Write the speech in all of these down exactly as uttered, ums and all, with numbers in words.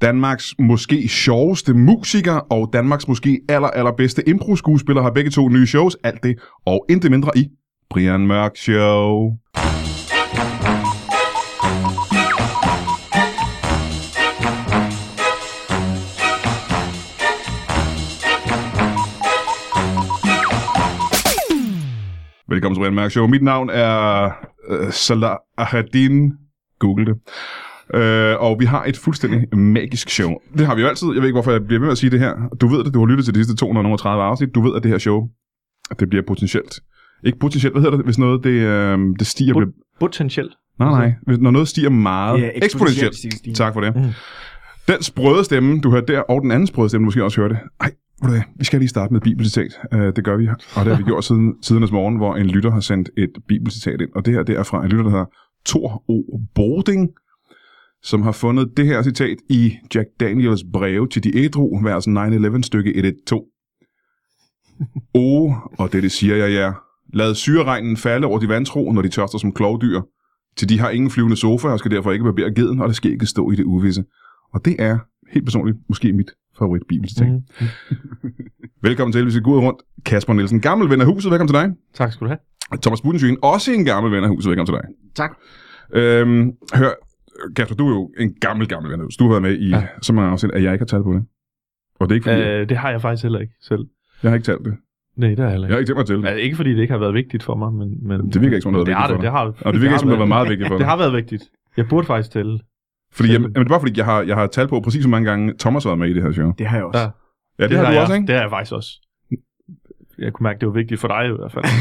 Danmarks måske sjoveste musiker og Danmarks måske aller, allerbedste impro-skuespiller har begge to nye shows. Alt det og intet mindre i Brian Mørk Show. Velkommen til Brian Mørk Show. Mit navn er uh, Salah Ahadin. Google det. Uh, og vi har et fuldstændig magisk show. Det har vi jo altid. Jeg ved ikke, hvorfor jeg bliver ved med at sige det her. Du ved det, du har lyttet til de sidste to hundrede og tredive afsnit. Du ved, at det her show, det bliver potentielt. Ikke potentielt, hvad hedder det, hvis noget det, uh, det stiger... Pot- potentielt? Nej, nej. Når noget stiger meget. Ja, eksponentielt. Eksponentielt. Tak for det. Mm. Den sprøde stemme, du hørte der, og den anden sprøde stemme, du måske også hørte. Ej, ved du, vi skal lige starte med et bibelcitat. Uh, det gør vi, og det har vi gjort siden tidernes morgen, hvor en lytter har sendt et bibelcitat ind. Og det her, det er fra en lytter, der hedder Thor O. Bording, som har fundet det her citat i Jack Daniels breve til de ædru, vers ni elleve stykke et et to. O, og det, det siger jeg jer, lad syreregnen falde over de vantro, når de tørster som klovdyr, til de har ingen flyvende sofa, og skal derfor ikke barbere geden, og det skal ikke stå i det uvisse. Og det er helt personligt måske mit favorit bibelcitat. Mm. Velkommen til, vi skal gå ud rundt. Kasper Nielsen, gammel ven af huset, velkommen til dig. Tak skal du have. Thomas Budensjøen, også en gammel ven af huset, velkommen til dig. Tak. Øhm, hør, Kasper, du er jo en gammel, gammel ven af huset. Du har været med i ja. så mange afsnit, at jeg ikke har talt på det. Og det er ikke fordi... Øh, det har jeg faktisk heller ikke selv. Jeg har ikke talt det. Nej, det har jeg heller ikke. Jeg har ikke tænkt mig til det. Altså, ikke fordi det ikke har været vigtigt for mig, men... men det virker ikke som noget det vigtigt for dig. Det har det. Og det virker ikke som noget, der var meget vigtigt for dig. Det har været vigtigt. Jeg burde faktisk tælle. Fordi, jamen, det er bare fordi, jeg har, jeg har talt på præcis så mange gange, Thomas har været med i det her show. Det har jeg også. Ja, ja det, det, det har har du jeg, også, ikke? Det har jeg faktisk også. Jeg kunne mærke, det var vigtigt for dig i hvert fald.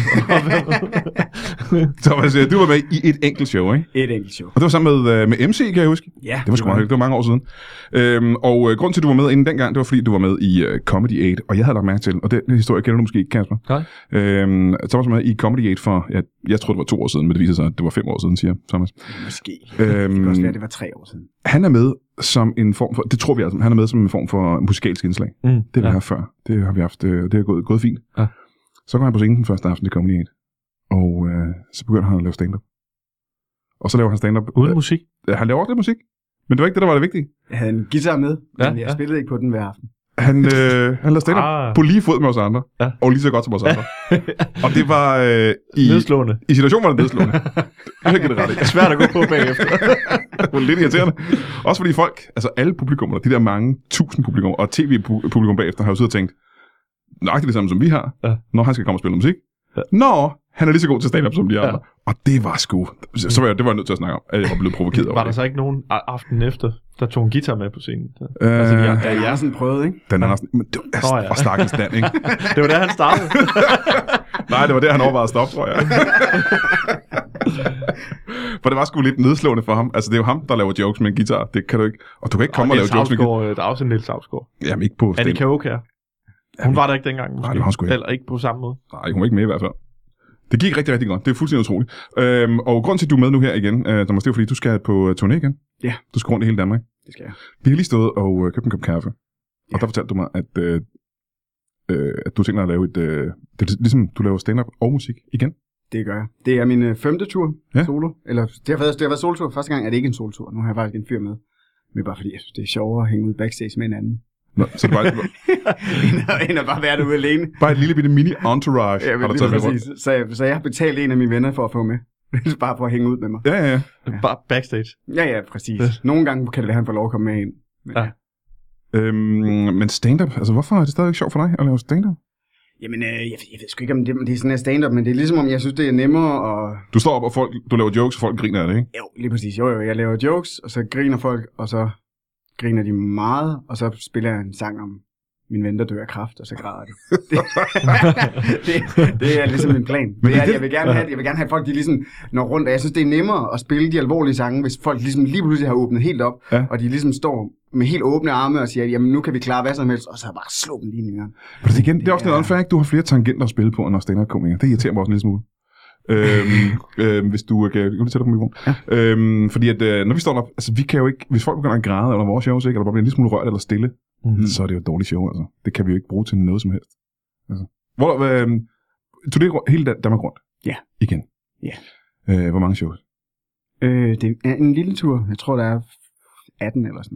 Thomas, du var med i et enkelt show, ikke? Et enkelt show. Og det var sammen med, med M C, kan jeg huske. Ja. Det var sgu meget hyggeligt. Det var mange år siden. Øhm, og øh, grunden til, at du var med inden dengang, det var fordi, du var med i uh, Comedy otte. Og jeg havde lagt mærke til, og den historie kender du måske ikke, Kasper. Nej. Øhm, Thomas var med i Comedy otte for, ja, jeg tror det var to år siden, men det viser sig, at det var fem år siden, siger Thomas. Måske. Øhm, det kan også være, det var tre år siden. Han er med som en form for, det tror vi altså, han er med som en form for musikalsk indslag. Mm, det har vi ja. haft før. Det har vi haft, det har gået, gået fint. Ja. Så kom han på scenen den første aften i Comedy otte, og øh, så begynder han at lave stand-up. Og så laver han stand-up. Uden øh, musik? Øh, han laver også lidt musik, men det var ikke det, der var det vigtige. Jeg havde en guitar med, ja, men jeg ja. spillede ikke på den hver aften. Han, øh, han lavede stand-up ah. på lige fod med os andre, ja. og lige så godt som os andre. Og det var øh, i... Nedslående. I situationen var det nedslående. Det er det ret. Det er svært at gå på bagefter. Det var lidt irriterende. Også fordi folk, altså alle publikummer, de der mange tusind publikummer, og tv-publikum bagefter, har jo siddet og tænkt, nøjagtigt det samme som vi har, ja. når han skal komme og spille musik. Ja. Nå, han er lige så god til stand-up som de andre. Ja. Og det var sgu... Så var jeg, det var jeg nødt til at snakke om, at jeg var blevet provokeret over. Var der så ikke nogen aften efter, der tog en guitar med på scenen? Øh, altså, ja, der er sådan prøvet, ikke? Den er sådan... Men det var, oh, ja. var stakkels Dan, ikke? Det var der, han startede. Nej, det var der, han overvejede at stoppe, tror jeg. For det var sgu lidt nedslående for ham. Altså, det er jo ham, der laver jokes med en guitar. Det kan du ikke... Og du kan ikke komme og, og lave jokes med en guitar. Der er også en Niels Havsgaard. Jamen, ikke på... Annika Aukjær. Hun var der ikke dengang, måske. Nej, det var sgu ikke. Eller ikke på samme måde. Nej, hun var ikke med i hvert fald. Det gik rigtig, rigtig godt. Det er fuldstændig utroligt. Øhm, og grunden til, at du er med nu her igen, øh, Thomas, det er fordi, du skal på turné igen. Ja. Du skal rundt i hele Danmark. Det skal jeg. Vi har lige stået og øh, købt en kop kaffe. Ja. Og der fortalte du mig, at, øh, øh, at du tænker at lave et... Øh, det er ligesom, du laver stand-up og musik igen. Det gør jeg. Det er min øh, femte tur ja. solo. Eller det har, været, det har været solotur. Første gang er det ikke en solotur. Nu har jeg faktisk en fyr med. Men bare fordi, jeg synes, det er sjovere at hænge ud backstage med en anden. Nå, så det bare... end at bare være derude alene. Bare et lille bitte mini-entourage. Ja, men lige præcis. Så jeg, så jeg har betalt en af mine venner for at få med. Bare for at hænge ud med mig. Ja, ja, ja. ja. Bare backstage. Ja, ja, præcis. Nogle gange kan det være, han får lov at komme med ind. Men, ja. øhm, men stand-up, altså hvorfor er det stadigvæk sjovt for dig at lave stand-up? Jamen, øh, jeg, jeg ved sgu ikke, om det, det er sådan en stand-up, men det er ligesom, om jeg synes, det er nemmere og... Du står op, og folk, du laver jokes, og folk griner af det, ikke? Jo, lige præcis. Jo, jo, jeg laver jokes, og så griner folk, og så griner de meget, og så spiller jeg en sang om min ven, der dør af kræft, og så græder de. Det, det, det er ligesom min plan. Det er, jeg, vil gerne have, jeg vil gerne have, at folk de ligesom når rundt, og jeg synes, det er nemmere at spille de alvorlige sange, hvis folk ligesom lige pludselig har åbnet helt op, ja. og de ligesom står med helt åbne arme og siger, jamen nu kan vi klare hvad som helst, og så bare slå dem lige ned. Det, igen, det er også lidt unfair, ikke? Du har flere tangenter at spille på, end stand-up-komikere. Det irriterer mig også en lille smule. øhm, øhm, hvis du kan du tættere på mikrofonen. Ja. Øhm, fordi at øh, når vi står op, altså vi kan jo ikke, hvis folk begynder at græde under vores shows, ikke, eller bare bliver en lille smule rørt eller stille, mm-hmm. så er det jo et dårligt show, altså. Det kan vi jo ikke bruge til noget som helst. Altså. Hvor, øh, turné hele Danmark rundt? Ja. Igen? Ja. Øh, hvor mange shows? Øh, det er en lille tur. Jeg tror, der er atten eller sådan noget.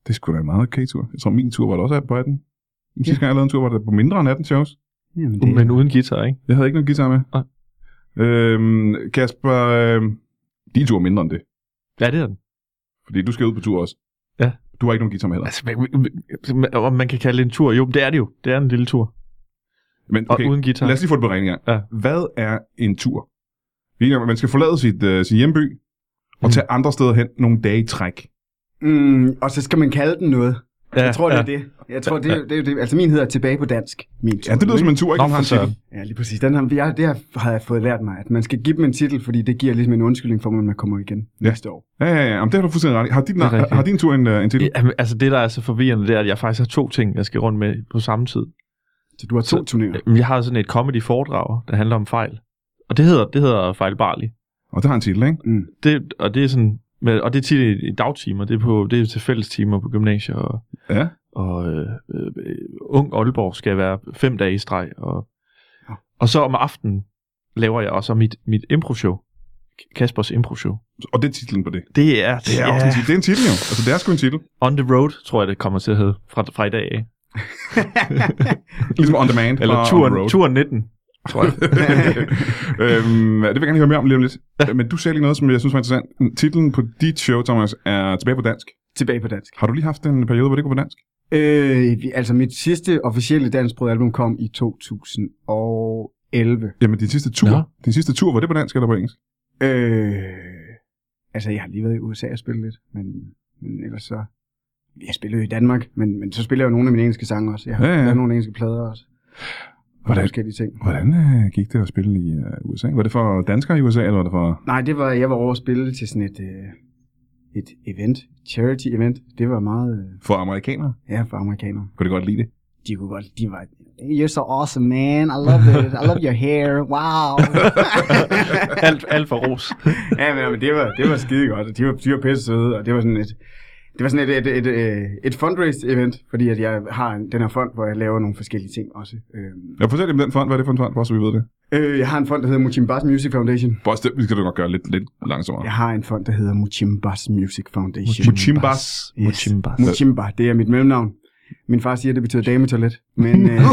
Det skulle da en meget okay tur. Jeg tror, min tur var da også på atten. Den sidste gang, jeg lavede en tur, var det på mindre end atten shows. Jamen, det... Men uden guitar, ikke? Jeg havde ikke nogen guitar med. Nej. Øhm, Kasper, øh, din tur er mindre end det. Ja, det er den. Fordi du skal ud på tur også. Ja. Du har ikke nogen guitar med heller. Altså, man, man, om man kan kalde det en tur. Jo, men det er det jo. Det er en lille tur. Men okay, og uden guitar. Lad os lige få det på ren gang. Ja. Hvad er en tur? Man skal forlade sit, uh, sin hjemby og tage andre steder hen nogle dage i træk. Mm, og så skal man kalde den noget. Ja, jeg tror, det ja. er det. Jeg tror, det er, det er det. Altså, min hedder tilbage på dansk. Min tur, Ja, det lyder som en tur, ikke? Nå, Den har en for titel. Ja, lige præcis. Den har, jeg, det har, har jeg fået lært mig, at man skal give dem en titel, fordi det giver ligesom en undskyldning for, at man kommer igen Ja. næste år. Ja, ja, ja. Jamen, det har du fuldstændig ret i. Har din, Det er har, rigtigt. har din tur en, uh, en titel? Jamen, altså, det der er så forvirrende, det er, at jeg faktisk har to ting, jeg skal rundt med på samme tid. Så du har to turnéer. Jeg har sådan et comedy-foredrag, der handler om fejl. Og det hedder, det hedder fejlbarlig. Og det har en titel, ikke? Mm. Det, og det er sådan, med, og det er tit i, i dagtimer, det er, på, det er til fællestimer på gymnasier, og, Ja. og øh, øh, ung Aalborg skal være fem dage i streg. Og, Ja. og så om aftenen laver jeg også mit, mit impro-show. Kaspers impro-show. Og det er titlen på det. Det er, Det er, ja. også en titel. Det er en titel, jo. Altså, det er sgu en titel. On the Road, tror jeg, det kommer til at hedde fra, fra i dag af. Ligesom On Demand. Eller og On turen, the Road. turen nitten, tror jeg. øhm, det vil jeg gerne høre mere om lige om lidt. Ja. Men du sagde lige noget, som jeg synes var interessant. Titlen på dit show, Thomas, er tilbage på dansk. Tilbage på dansk. Har du lige haft en periode, hvor det ikke var på dansk? Øh, vi- altså, mit sidste officielle dansksprogede album kom i to tusind og elleve. Jamen, din sidste tur. Nå. Din sidste tur, var det på dansk eller på engelsk? Øh, altså, jeg har lige været i U S A og spillet lidt, men, men ellers så... Jeg spiller jo i Danmark, men, men så spiller jeg jo nogle af mine engelske sange også. Jeg har Ja, ja, ja. ja. lavet nogle engelske plader også. Og Hvordan- forskellige ting. Hvordan øh, gik det at spille i øh, U S A? Var det for danskere i U S A, eller var det for... Nej, det var, jeg var over at spille til sådan et, øh, et event, charity event. Det var meget, øh, For amerikanere? ja, for amerikanere. Kunne de godt lide det? De kunne godt, de var, you're so awesome, man. I love it. I love your hair. Wow. alt, alt for ros. ja, men, men det var, det var skide godt, og de var, de var pisse søde, og det var sådan et, det var sådan et, et, et, et, et fundraise event, fordi at jeg har en- den her fond, hvor jeg laver nogle forskellige ting også. Øhm, Jeg fortæller dem den fond. Hvad er det for en fond, bare så vi ved det? øh, jeg har en fond, der hedder Muchimbas Music Foundation. Bare det, vi skal du nok gøre lidt, lidt langsommere. Jeg har en fond, der hedder Muchimbas Music Foundation. Muchimbas. Yes. Muchimbas. Muchimba, det er mit mellemnavn. Min far siger, at det betyder dametoilet, men... øh,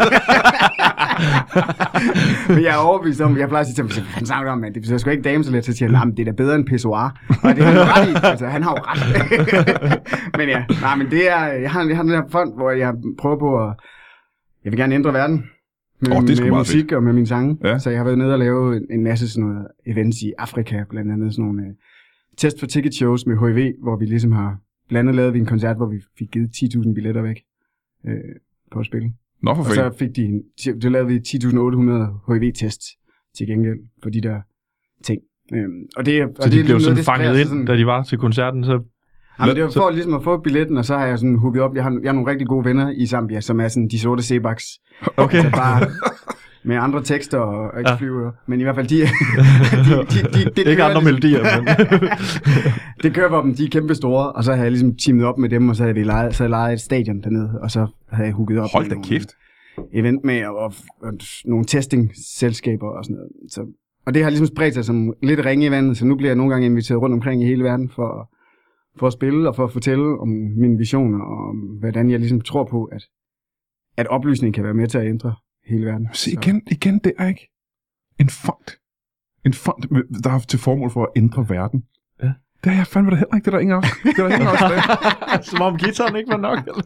men jeg er overbevist om, jeg plejer at sige til ham, hvad han snakker om, man, det betyder sgu ikke dametoilet, så siger han, nej, men det er da bedre end pissoir. Og det har han jo ret i, altså han har jo ret. men ja, nej, men det er, jeg har, jeg har den her fond, hvor jeg prøver på at, jeg vil gerne ændre verden. Med, Åh, det er sgu med meget musik og med mine sange. Ja. Så jeg har været nede og lave en, en masse sådan noget events i Afrika, blandt andet sådan nogle uh, test for ticket shows med H I V, hvor vi ligesom har, blandt andet lavede vi en koncert, hvor vi fik givet ti tusind billetter væk øh, på at spille. Nå, for Og fanden. så fik de, en, så lavede vi ti tusind otte hundrede H I V-tests til gengæld for de der ting. Øhm, og det, og Så det de blev sådan fanget ind, sådan, da de var til koncerten, så... Jamen, det var for ligesom at få billetten, og så har jeg sådan hugget op. Jeg har, jeg har nogle rigtig gode venner i Zambia, som er sådan de sorte sebaks. Okay. Så bare med andre tekster og ikke Ja. ja. flyver. Men i hvert fald de... de, de, de, de Ikke kører andre ligesom- melodier, men... Det kører for dem, de er kæmpe store, og så havde jeg ligesom teamet op med dem, og så havde vi lejet, så havde jeg lejet et stadion dernede, og så havde jeg hugget op Hold med da nogle kæft. event med, og, og, og nogle testing-selskaber og sådan noget. Så, og det har ligesom spredt sig som lidt ringe i vandet, så nu bliver jeg nogle gange inviteret rundt omkring i hele verden for, for at spille og for at fortælle om mine visioner, og om, hvordan jeg ligesom tror på, at, at oplysning kan være med til at ændre hele verden. Se, igen, igen, det er ikke en fond. En fond, med- der har til formål for at ændre verden. Ja. Det er jeg fandme da heller ikke. Det er der ingen af os. Det er der ingen af os, der. Som om guitaren ikke var nok, eller?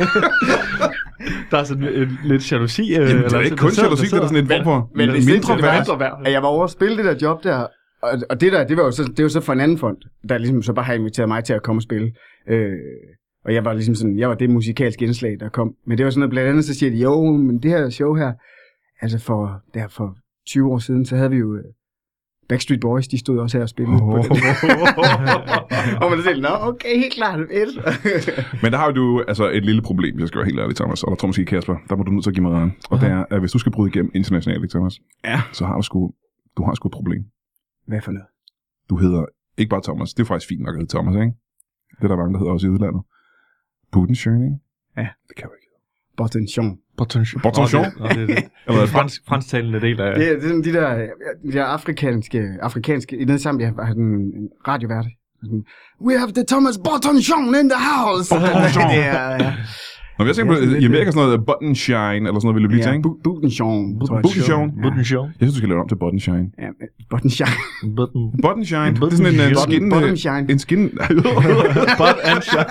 Der er sådan en, lidt jalousi. øh, Jamen, det eller er ikke sådan, kun der sidder- jalousi, det er der der sådan en sidder- form for men det er mindre sindssygt, værd. mindre værd. at jeg var over at spille det der job der, og, og det der, det var jo så, det var så for en anden fond, der ligesom så bare har inviteret mig til at komme og spille. Øh, og jeg var ligesom sådan, jeg var det musikalske indslag, der kom. Men det var sådan noget, blandt andet så siger de, jo, men det her show her, altså for, der for tyve år siden, så havde vi jo øh, Backstreet Boys, de stod også her og spillede. Oh. På den. og man siger, nå, okay, helt klart, fedt. Men der har jo du altså et lille problem, hvis jeg skal være helt ærlig, Thomas. Og der tror måske, Kasper, der må du nødt til at give mig ret. Og det er, at hvis du skal bryde igennem internationalt, Thomas, Ja. så har du sgu, du har sgu et problem. Hvad for noget? Du hedder ikke bare Thomas. Det er faktisk fint nok at hedde Thomas, ikke? Det er der mange, der hedder også i udlandet. Budenschön, ikke? Ja. Det kan jo ikke. Bottenchon. Potential. Potential? Nå, det, nå, det, er det. Eller Fransk, fransktalende del af... Det er, det er sådan de der, de der afrikanske, afrikanske, i nede i Zambia var han en radiovært, We have the Thomas Button Show in the house. det er, ja. Når jeg tænker på, i Amerika sådan noget button shine, eller sådan noget, vil du lige tænke? Ja, button show. Button show. Button show. Jeg synes, du skal lave om til button shine. Ja, button shine. Button. Button shine. Det er sådan en uh, skin... Button shine. En skin... Butt and shine.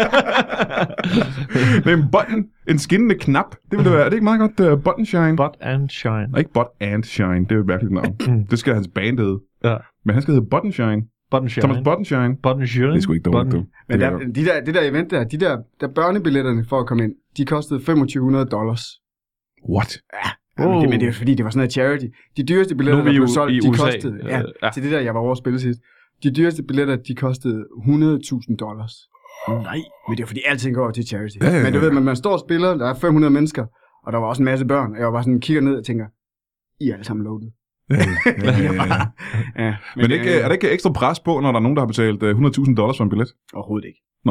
Med en button, en skinnende knap. Det ville det være. Er det ikke meget godt, uh, button shine? Butt and shine. Og ikke butt and shine. Det er jo et mærkeligt navn. Det skal hans band hedde. Ja. Men han skal hedde button shine. Button shine. Thomas Button shine. Button shine. Det er sgu ikke dårligt, du. Men der, de der, det der event der, de der, der børnebilletterne for at komme ind, de kostede femogtyve hundrede dollars. What? Ja, oh. men, det, men det er fordi, det var sådan noget charity. De dyreste billetter, der blev solgt, de kostede, uh, ja, ja, til det der, jeg var over at spille sidst. De dyreste billetter, de kostede hundrede tusind dollars. Nej. Men det er fordi, alting går til charity. Ja, ja, ja. Men du ved, man, man står og spiller, der er fem hundrede mennesker, og der var også en masse børn, og jeg var bare sådan, kigger ned og tænker, I er alle sammen loaded. Ja, ja, ja, ja. ja, men men det ikke, er der ikke ekstra pres på, når der er nogen, der har betalt hundrede tusind dollars for en billet? Overhovedet ikke. Nå.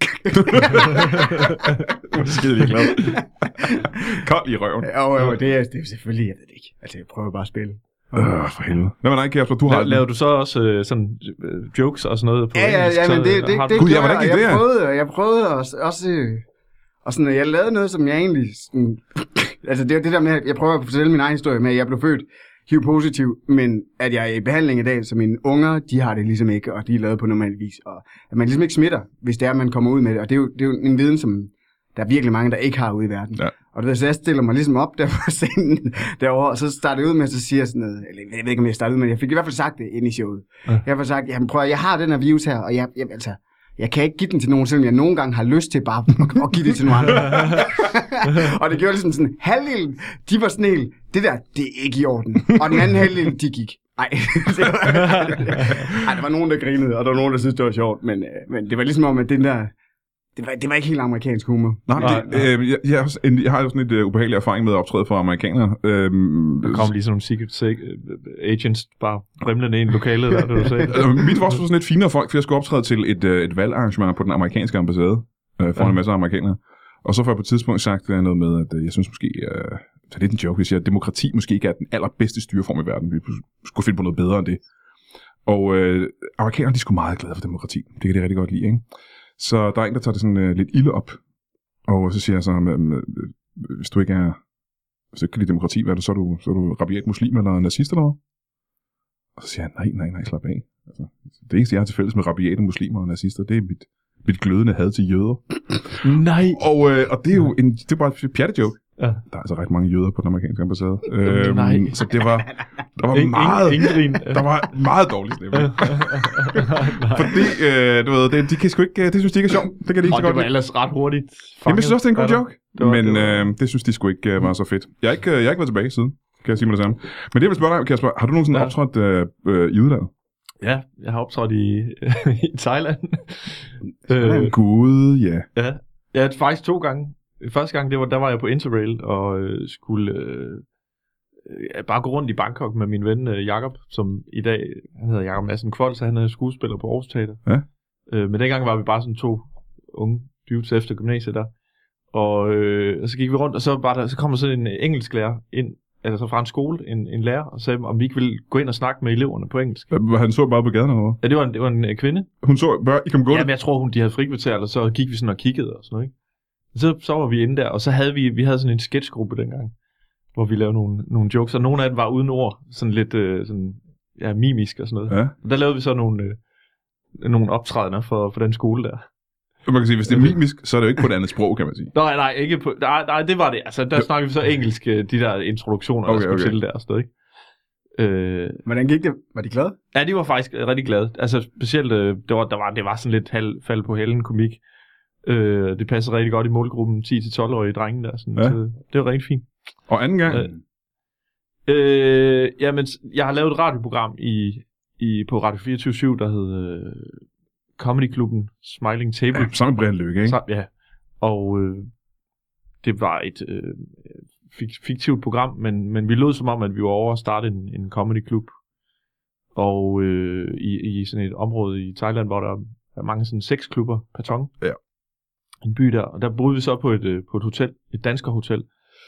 Skide vi glad. Kold i røven. Jo, jo, det er, det er selvfølgelig, jeg ved det ikke. Altså, jeg prøver bare at spille. Øh, for helvede. Hvad med dig, Kasper? Du har... La- lavede du så også øh, sådan øh, jokes og sådan noget på ja, ja, engelsk? ja, men det, det, har det, Gud, det ja, hvordan gjorde gik jeg. det, Jeg ja? prøvede, og jeg prøvede også, også og sådan, jeg lavede noget, som jeg egentlig, sådan, altså det er det der med, at jeg prøver at fortælle min egen historie med, at jeg blev født H I V-positiv, men at jeg er i behandling i dag, så mine unger, de har det ligesom ikke, og de er lavet på normal vis, og at man ligesom ikke smitter, hvis det er, at man kommer ud med det, og det er jo, det er jo en viden, som der er virkelig mange, der ikke har ude i verden. Ja. Og du ved, så jeg stiller mig ligesom op der på scenen derovre, og så starter jeg ud med, at så siger jeg sådan noget, eller jeg ved ikke, om jeg startede ud med, jeg fik i hvert fald sagt det ind i showet. Ja. Jeg har i hvert fald sagt, jamen prøv at, jeg har den her virus her, og jeg, jeg, altså, jeg kan ikke give den til nogen, selvom jeg nogle gange har lyst til bare at, at give det til nogen andre. Og det gjorde ligesom sådan, halvdelen, de var sådan helt, det der, det er ikke i orden. Og den anden halvdel, de gik. Ej, det var, ej, der var nogen, der grinede, og der var nogen, der syntes, det var sjovt, men, men det var ligesom om, at den der, det var, det var ikke helt amerikansk humor. Nej, nej, det, nej. Øh, jeg, jeg, har en, jeg har jo sådan et uh, ubehagelig erfaring med at optræde for amerikanere. Øhm, der kom lige sådan nogle secret sec- agents bare brimlende ind i lokalet, der, det du sagde. Mit var også sådan lidt finere folk, for jeg skulle optræde til et, uh, et valgarrangement på den amerikanske ambassade, uh, foran ja. en masse amerikanere. Og så får jeg på et tidspunkt sagt uh, noget med, at uh, jeg synes måske, uh, det er lidt en joke, hvis jeg at demokrati måske ikke er den allerbedste styreform i verden. Vi skulle finde på noget bedre end det. Og uh, amerikanerne, de er sgu meget glade for demokrati. Det kan de rigtig godt lide, ikke? Så der er en, der tager det sådan uh, lidt ilde op. Og så siger jeg så, uh, hvis du ikke er, hvis du ikke kan lide demokrati, hvad er du, så er du, så er du rabiat muslim eller nazist eller hvad? Og så siger jeg, nej, nej, nej, slap af. Altså, det eneste, jeg har til fælles med rabiate muslimer og nazister, det er mit, mit glødende had til jøder. Nej. Og, øh, og det er jo en, det er bare et pjattejoke. Ja. Der er altså ret mange jøder på den amerikanske ambassade. Øhm, nej. Så det var, der var ingen, meget, ingen, der var meget dårlig stemning. Fordi, øh, du ved, det, de kan sgu ikke, det synes de ikke er sjovt. Det kan de ikke og så godt. det var ellers ret hurtigt fanget. Jamen, jeg synes også, det er en god joke. Det var, men det, var... øh, det synes de sgu ikke øh, var så fedt. Jeg har ikke, jeg har ikke været tilbage siden, kan jeg sige mig det samme. Men det jeg vil spørge dig, Kasper, har du nogensinde ja. optrådt øh, øh, i udlandet? Ja, jeg har optrådt i, i Thailand. øh, Gud, ja. Ja, ja, faktisk to gange. Første gang, det var, der var jeg på Interrail og øh, skulle øh, øh, bare gå rundt i Bangkok med min ven øh, Jakob, som i dag, han hedder Jakob Madsen Kvold, så han er skuespiller på Aarhus Teater. Ja. Øh, men dengang var vi bare sådan to unge dudes efter gymnasiet der. Og, øh, og så gik vi rundt, og så, var der, så kom der sådan en engelsk lærer ind, altså fra en skole, en, en lærer, og sagde, om vi ikke ville gå ind og snakke med eleverne på engelsk. Han så bare på gaden eller hvad? Ja, det var en, det var en uh, kvinde. Hun så bare, I kom gå. Ja, men jeg tror, hun, de havde frikvarter, og så gik vi sådan og kiggede og sådan noget, ikke? Så, så var vi inde der, og så havde vi, vi havde sådan en sketchgruppe dengang, hvor vi lavede nogle, nogle jokes, og nogle af dem var uden ord, sådan lidt øh, sådan, ja, mimisk og sådan noget. Ja. Og der lavede vi så nogle, øh, nogle optrædener for, for den skole der. Man kan sige, hvis det er mimisk, så er det jo ikke på et andet sprog, kan man sige. Nej, nej, ikke på, nej, nej, det var det. Altså, der snakkede vi så engelsk, de der introduktioner, okay, der skulle okay. til der og sådan, ikke? Øh, Hvordan gik det? Var de glade? Ja, de var faktisk rigtig glade. Altså specielt, øh, det, var, der var, det var sådan lidt halv, fald på hælden komik. Øh, det passer rigtig godt i målgruppen ti til tolv-årige drenge der. Sådan, ja. Så det var rigtig fint. Og anden gang? Øh, øh, jamen, jeg har lavet et radioprogram i, i, på Radio fireogtyve syv, der hed øh, Comedy Klubben Smiling Table. Ja, sammen med Brian Lykke, ikke? Så, ja, og øh, det var et øh, fiktivt program, men, men vi lød som om, at vi var over at starte en, en comedy klub. Og øh, i, i sådan et område i Thailand, hvor der er mange sådan sexklubber, Patong. Ja. En by der, og der boede vi så på et, på et hotel, et dansker hotel.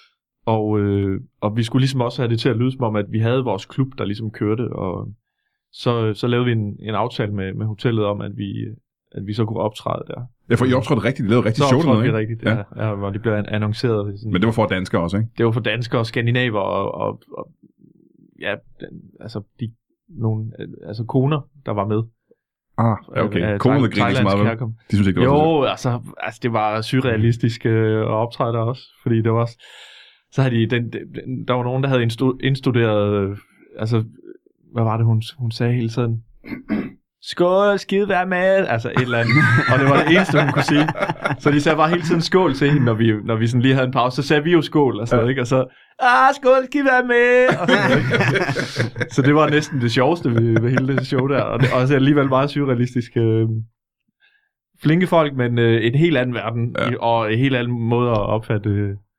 Og, øh, og vi skulle ligesom også have det til at lyde som om, at vi havde vores klub, der ligesom kørte, og så, så lavede vi en, en aftale med, med hotellet om, at vi, at vi så kunne optræde der. Ja, for I optrådte rigtigt, I lavede rigtig så sjovt noget, vi ikke? rigtigt, ja. ja. Hvor det blev annonceret. Sådan, Men det var for danskere også, ikke? det var for danskere og skandinaver og, og, og ja, den, altså de nogle altså koner, der var med. Ah, okay. Konerne griner så meget, vel? De synes ikke, det var jo, altså, altså, det var surrealistisk øh, at optræde der også, fordi det var også, så havde de, den, den, der var nogen, der havde indstu, indstuderet, øh, altså, hvad var det, hun, hun sagde hele tiden? Skål, skide vær med, altså et eller andet. Og det var det eneste, hun kunne sige. Så de sagde bare hele tiden skål til hende, når vi, når vi sådan lige havde en pause. Så sagde vi jo skål, og sådan noget, ikke? Og så, ah, skål, skide vær med, og sådan noget. Så det var næsten det sjoveste ved, ved hele det show der. Og det også alligevel meget surrealistisk. Øh, flinke folk, men øh, en helt anden verden, ja. Og en helt anden måde at opfatte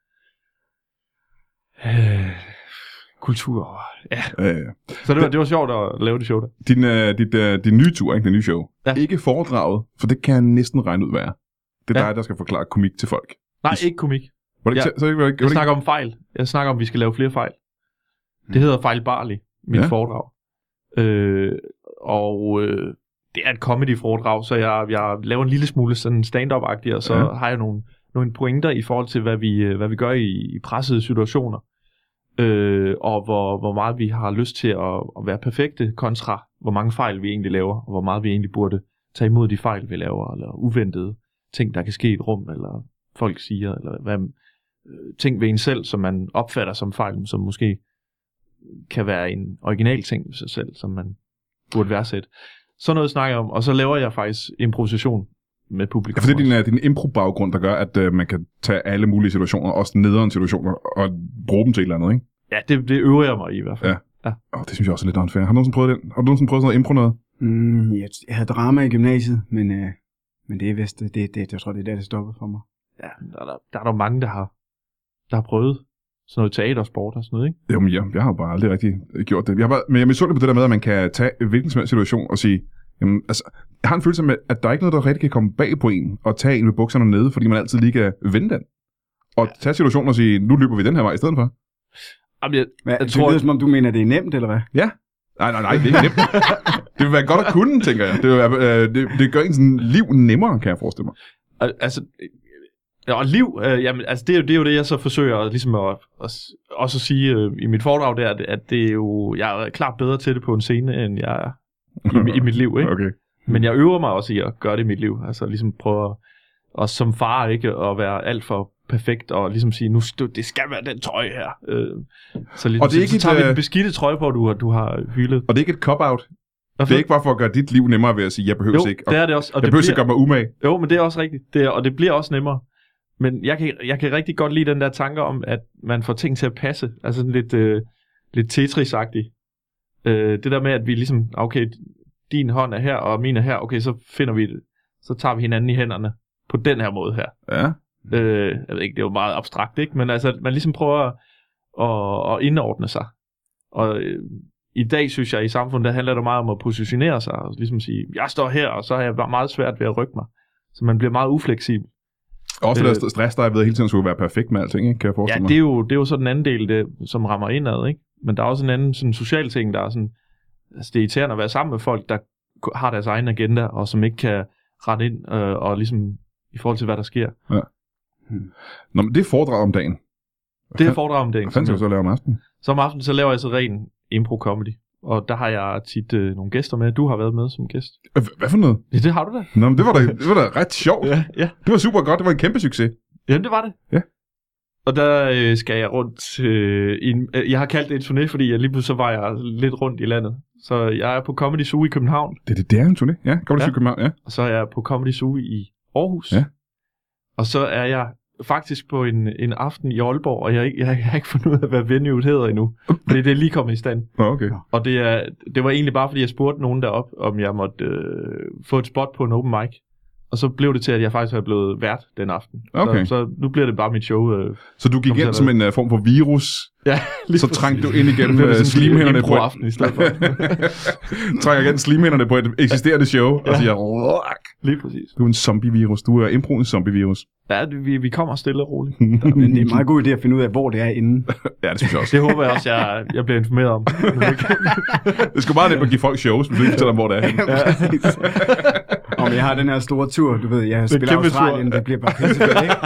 øh, kultur. Ja. Ja, ja. Så det var, det var sjovt at lave det show der. Din, uh, dit, uh, din nye tur, ikke? Det nye show. Ja. Ikke foredraget, for det kan jeg næsten regne ud, hvad er. Det er ja. dig, der skal forklare komik til folk. Nej, ikke komik. Var det ikke, ja. så, ikke, var det ikke, jeg snakker om fejl. Jeg snakker om, at vi skal lave flere fejl. Det hedder Fejlbarlig, mit ja. foredrag. Øh, og øh, det er et comedy-foredrag, så jeg, jeg laver en lille smule sådan stand-up-agtigt, og så ja. har jeg nogle, nogle pointer i forhold til, hvad vi, hvad vi gør i, i pressede situationer. Øh, og hvor, hvor meget vi har lyst til at, at være perfekte, kontra hvor mange fejl vi egentlig laver, og hvor meget vi egentlig burde tage imod de fejl, vi laver, eller uventede ting, der kan ske i et rum, eller folk siger, eller hvad, øh, ting ved en selv, som man opfatter som fejl, som måske kan være en original ting ved sig selv, som man burde værdsætte. Sådan noget snakker jeg om, og så laver jeg faktisk improvisation med publikum. Ja, for det er din, din impro-baggrund, der gør, at uh, man kan tage alle mulige situationer, også nederen situationer, og bruge dem til et eller andet, ikke? Ja, det, det øver jeg mig i, i hvert fald. Ja. Ja. Oh, det synes jeg også er lidt unfair. Har du nogensinde prøvet den? Har du nogensinde prøvet sådan noget impro noget? Mm, jeg, jeg havde drama i gymnasiet, men, øh, men det er vist, det, det, jeg tror, det er der, det stoppede for mig. Ja, der, der, der er der mange, der har, der har prøvet sådan noget teatersport og sådan noget, ikke? Jo, men jeg, jeg har bare aldrig rigtig gjort det. Jeg har bare, men jeg er misundelig på det der med, at man kan tage hvilken som helst situation og sige, jamen, altså, jeg har en følelse med, at der er ikke noget, der rigtig kan komme bag på en, og tage en med bukserne nede, fordi man altid lige kan vende den. Og ja. tage situationen og sige, nu løber vi den her vej i stedet for. Jamen, jeg, hvad, jeg det tror, lyder, som om du mener, det er nemt, eller hvad? Ja. Nej, nej, nej, det er ikke nemt. Det vil være godt at kunne, tænker jeg. Det, vil være, øh, det, det gør ens liv nemmere, kan jeg forestille mig. Al- altså, ja, og liv, øh, jamen, altså, det er, jo, det er jo det, jeg så forsøger ligesom at, at, også at sige øh, i mit foredrag der, at det er jo, jeg er klart bedre til det på en scene, end jeg er i, i mit liv, ikke? Okay. Men jeg øver mig også i at gøre det i mit liv. Altså ligesom prøve at, også som far ikke at være alt for perfekt og ligesom sige, nu det skal være den trøje her. Øh, så, ligesom, og det er så, ikke så tager et, vi den beskidte trøje på, du, du har hyldet. Og det er ikke et cop-out. Det er ikke bare for at gøre dit liv nemmere ved at sige, jeg behøver ikke. Jo, det er det også. Og jeg det behøver bliver, ikke gøre mig umage. Jo, men det er også rigtigt. Det er, og det bliver også nemmere. Men jeg kan, jeg kan rigtig godt lide den der tanke om, at man får ting til at passe. Altså sådan lidt, øh, lidt Tetris-agtigt. Øh, det der med, at vi ligesom, okay, din hånd er her, og min er her, okay, så finder vi det. Så tager vi hinanden i hænderne på den her måde her. Ja. Øh, jeg ved ikke, det er jo meget abstrakt, ikke? Men altså, man ligesom prøver at, at indordne sig. Og øh, i dag, synes jeg, i samfundet, der handler det meget om at positionere sig, og ligesom sige, jeg står her, og så er jeg meget svært ved at rykke mig. Så man bliver meget ufleksibel. Også øh, der stress, der er ved hele tiden skulle være perfekt med alting, ikke? Kan jeg forestille ja, mig? det er, jo, det er jo så den anden del, det, som rammer indad, ikke? Men der er også en anden sådan, social ting, der er sådan, altså det er irriterende at være sammen med folk, der har deres egen agenda, og som ikke kan rette ind, øh, og ligesom i forhold til, hvad der sker. Ja. Hmm. Nå, men det er foredrag om dagen. Hvad det er foredrag om dagen. Hvad fanden skal du så lave om aftenen? Så om aftenen, så laver jeg så ren impro-comedy. Og der har jeg tit øh, nogle gæster med. Du har været med som gæst. Hvad for noget? Ja, det har du da. Nå, men det var da, det var da ret sjovt. Ja, ja. Det var super godt. Det var en kæmpe succes. Jamen, det var det. Ja. Og der øh, skal jeg rundt øh, i en, øh, jeg har kaldt det en turné, fordi jeg lige pludselig så var jeg lidt rundt i landet. Så jeg er på Comedy Zoo i København. Det, det, det er en turné. Ja, Comedy Zoo i København, ja. Og så er jeg på Comedy Zoo i Aarhus. Ja. Og så er jeg faktisk på en, en aften i Aalborg, og jeg, jeg, jeg har ikke fundet ud af, hvad venueet hedder endnu. Fordi det er lige kommet i stand. Okay. Og det, er, det var egentlig bare, fordi jeg spurgte nogen derop, om jeg måtte øh, få et spot på en open mic. Og så blev det til, at jeg faktisk var blevet vært den aften. Okay. Så, så nu bliver det bare mit show. Øh, så du gik ind som en uh, form for virus Ja, lige så trængte du ind igennem det uh, slimhænderne på aften i stedet for. trænger igennem slimhænderne på et eksisterende show, ja. og siger, lige præcis. Du er en zombie-virus. Du er improens zombie-virus. Ja, vi, vi kommer stille og roligt. Men det er en meget god idé at finde ud af, hvor det er inde. Ja, det synes jeg også. Det håber jeg også, jeg, jeg bliver informeret om. Det skal bare nemt at give folk shows, hvis du ikke fortæller dem, hvor det er henne. Ja, om jeg har den her store tur, du ved, jeg spiller Australien, tur. Det bliver bare pissefedt, ikke?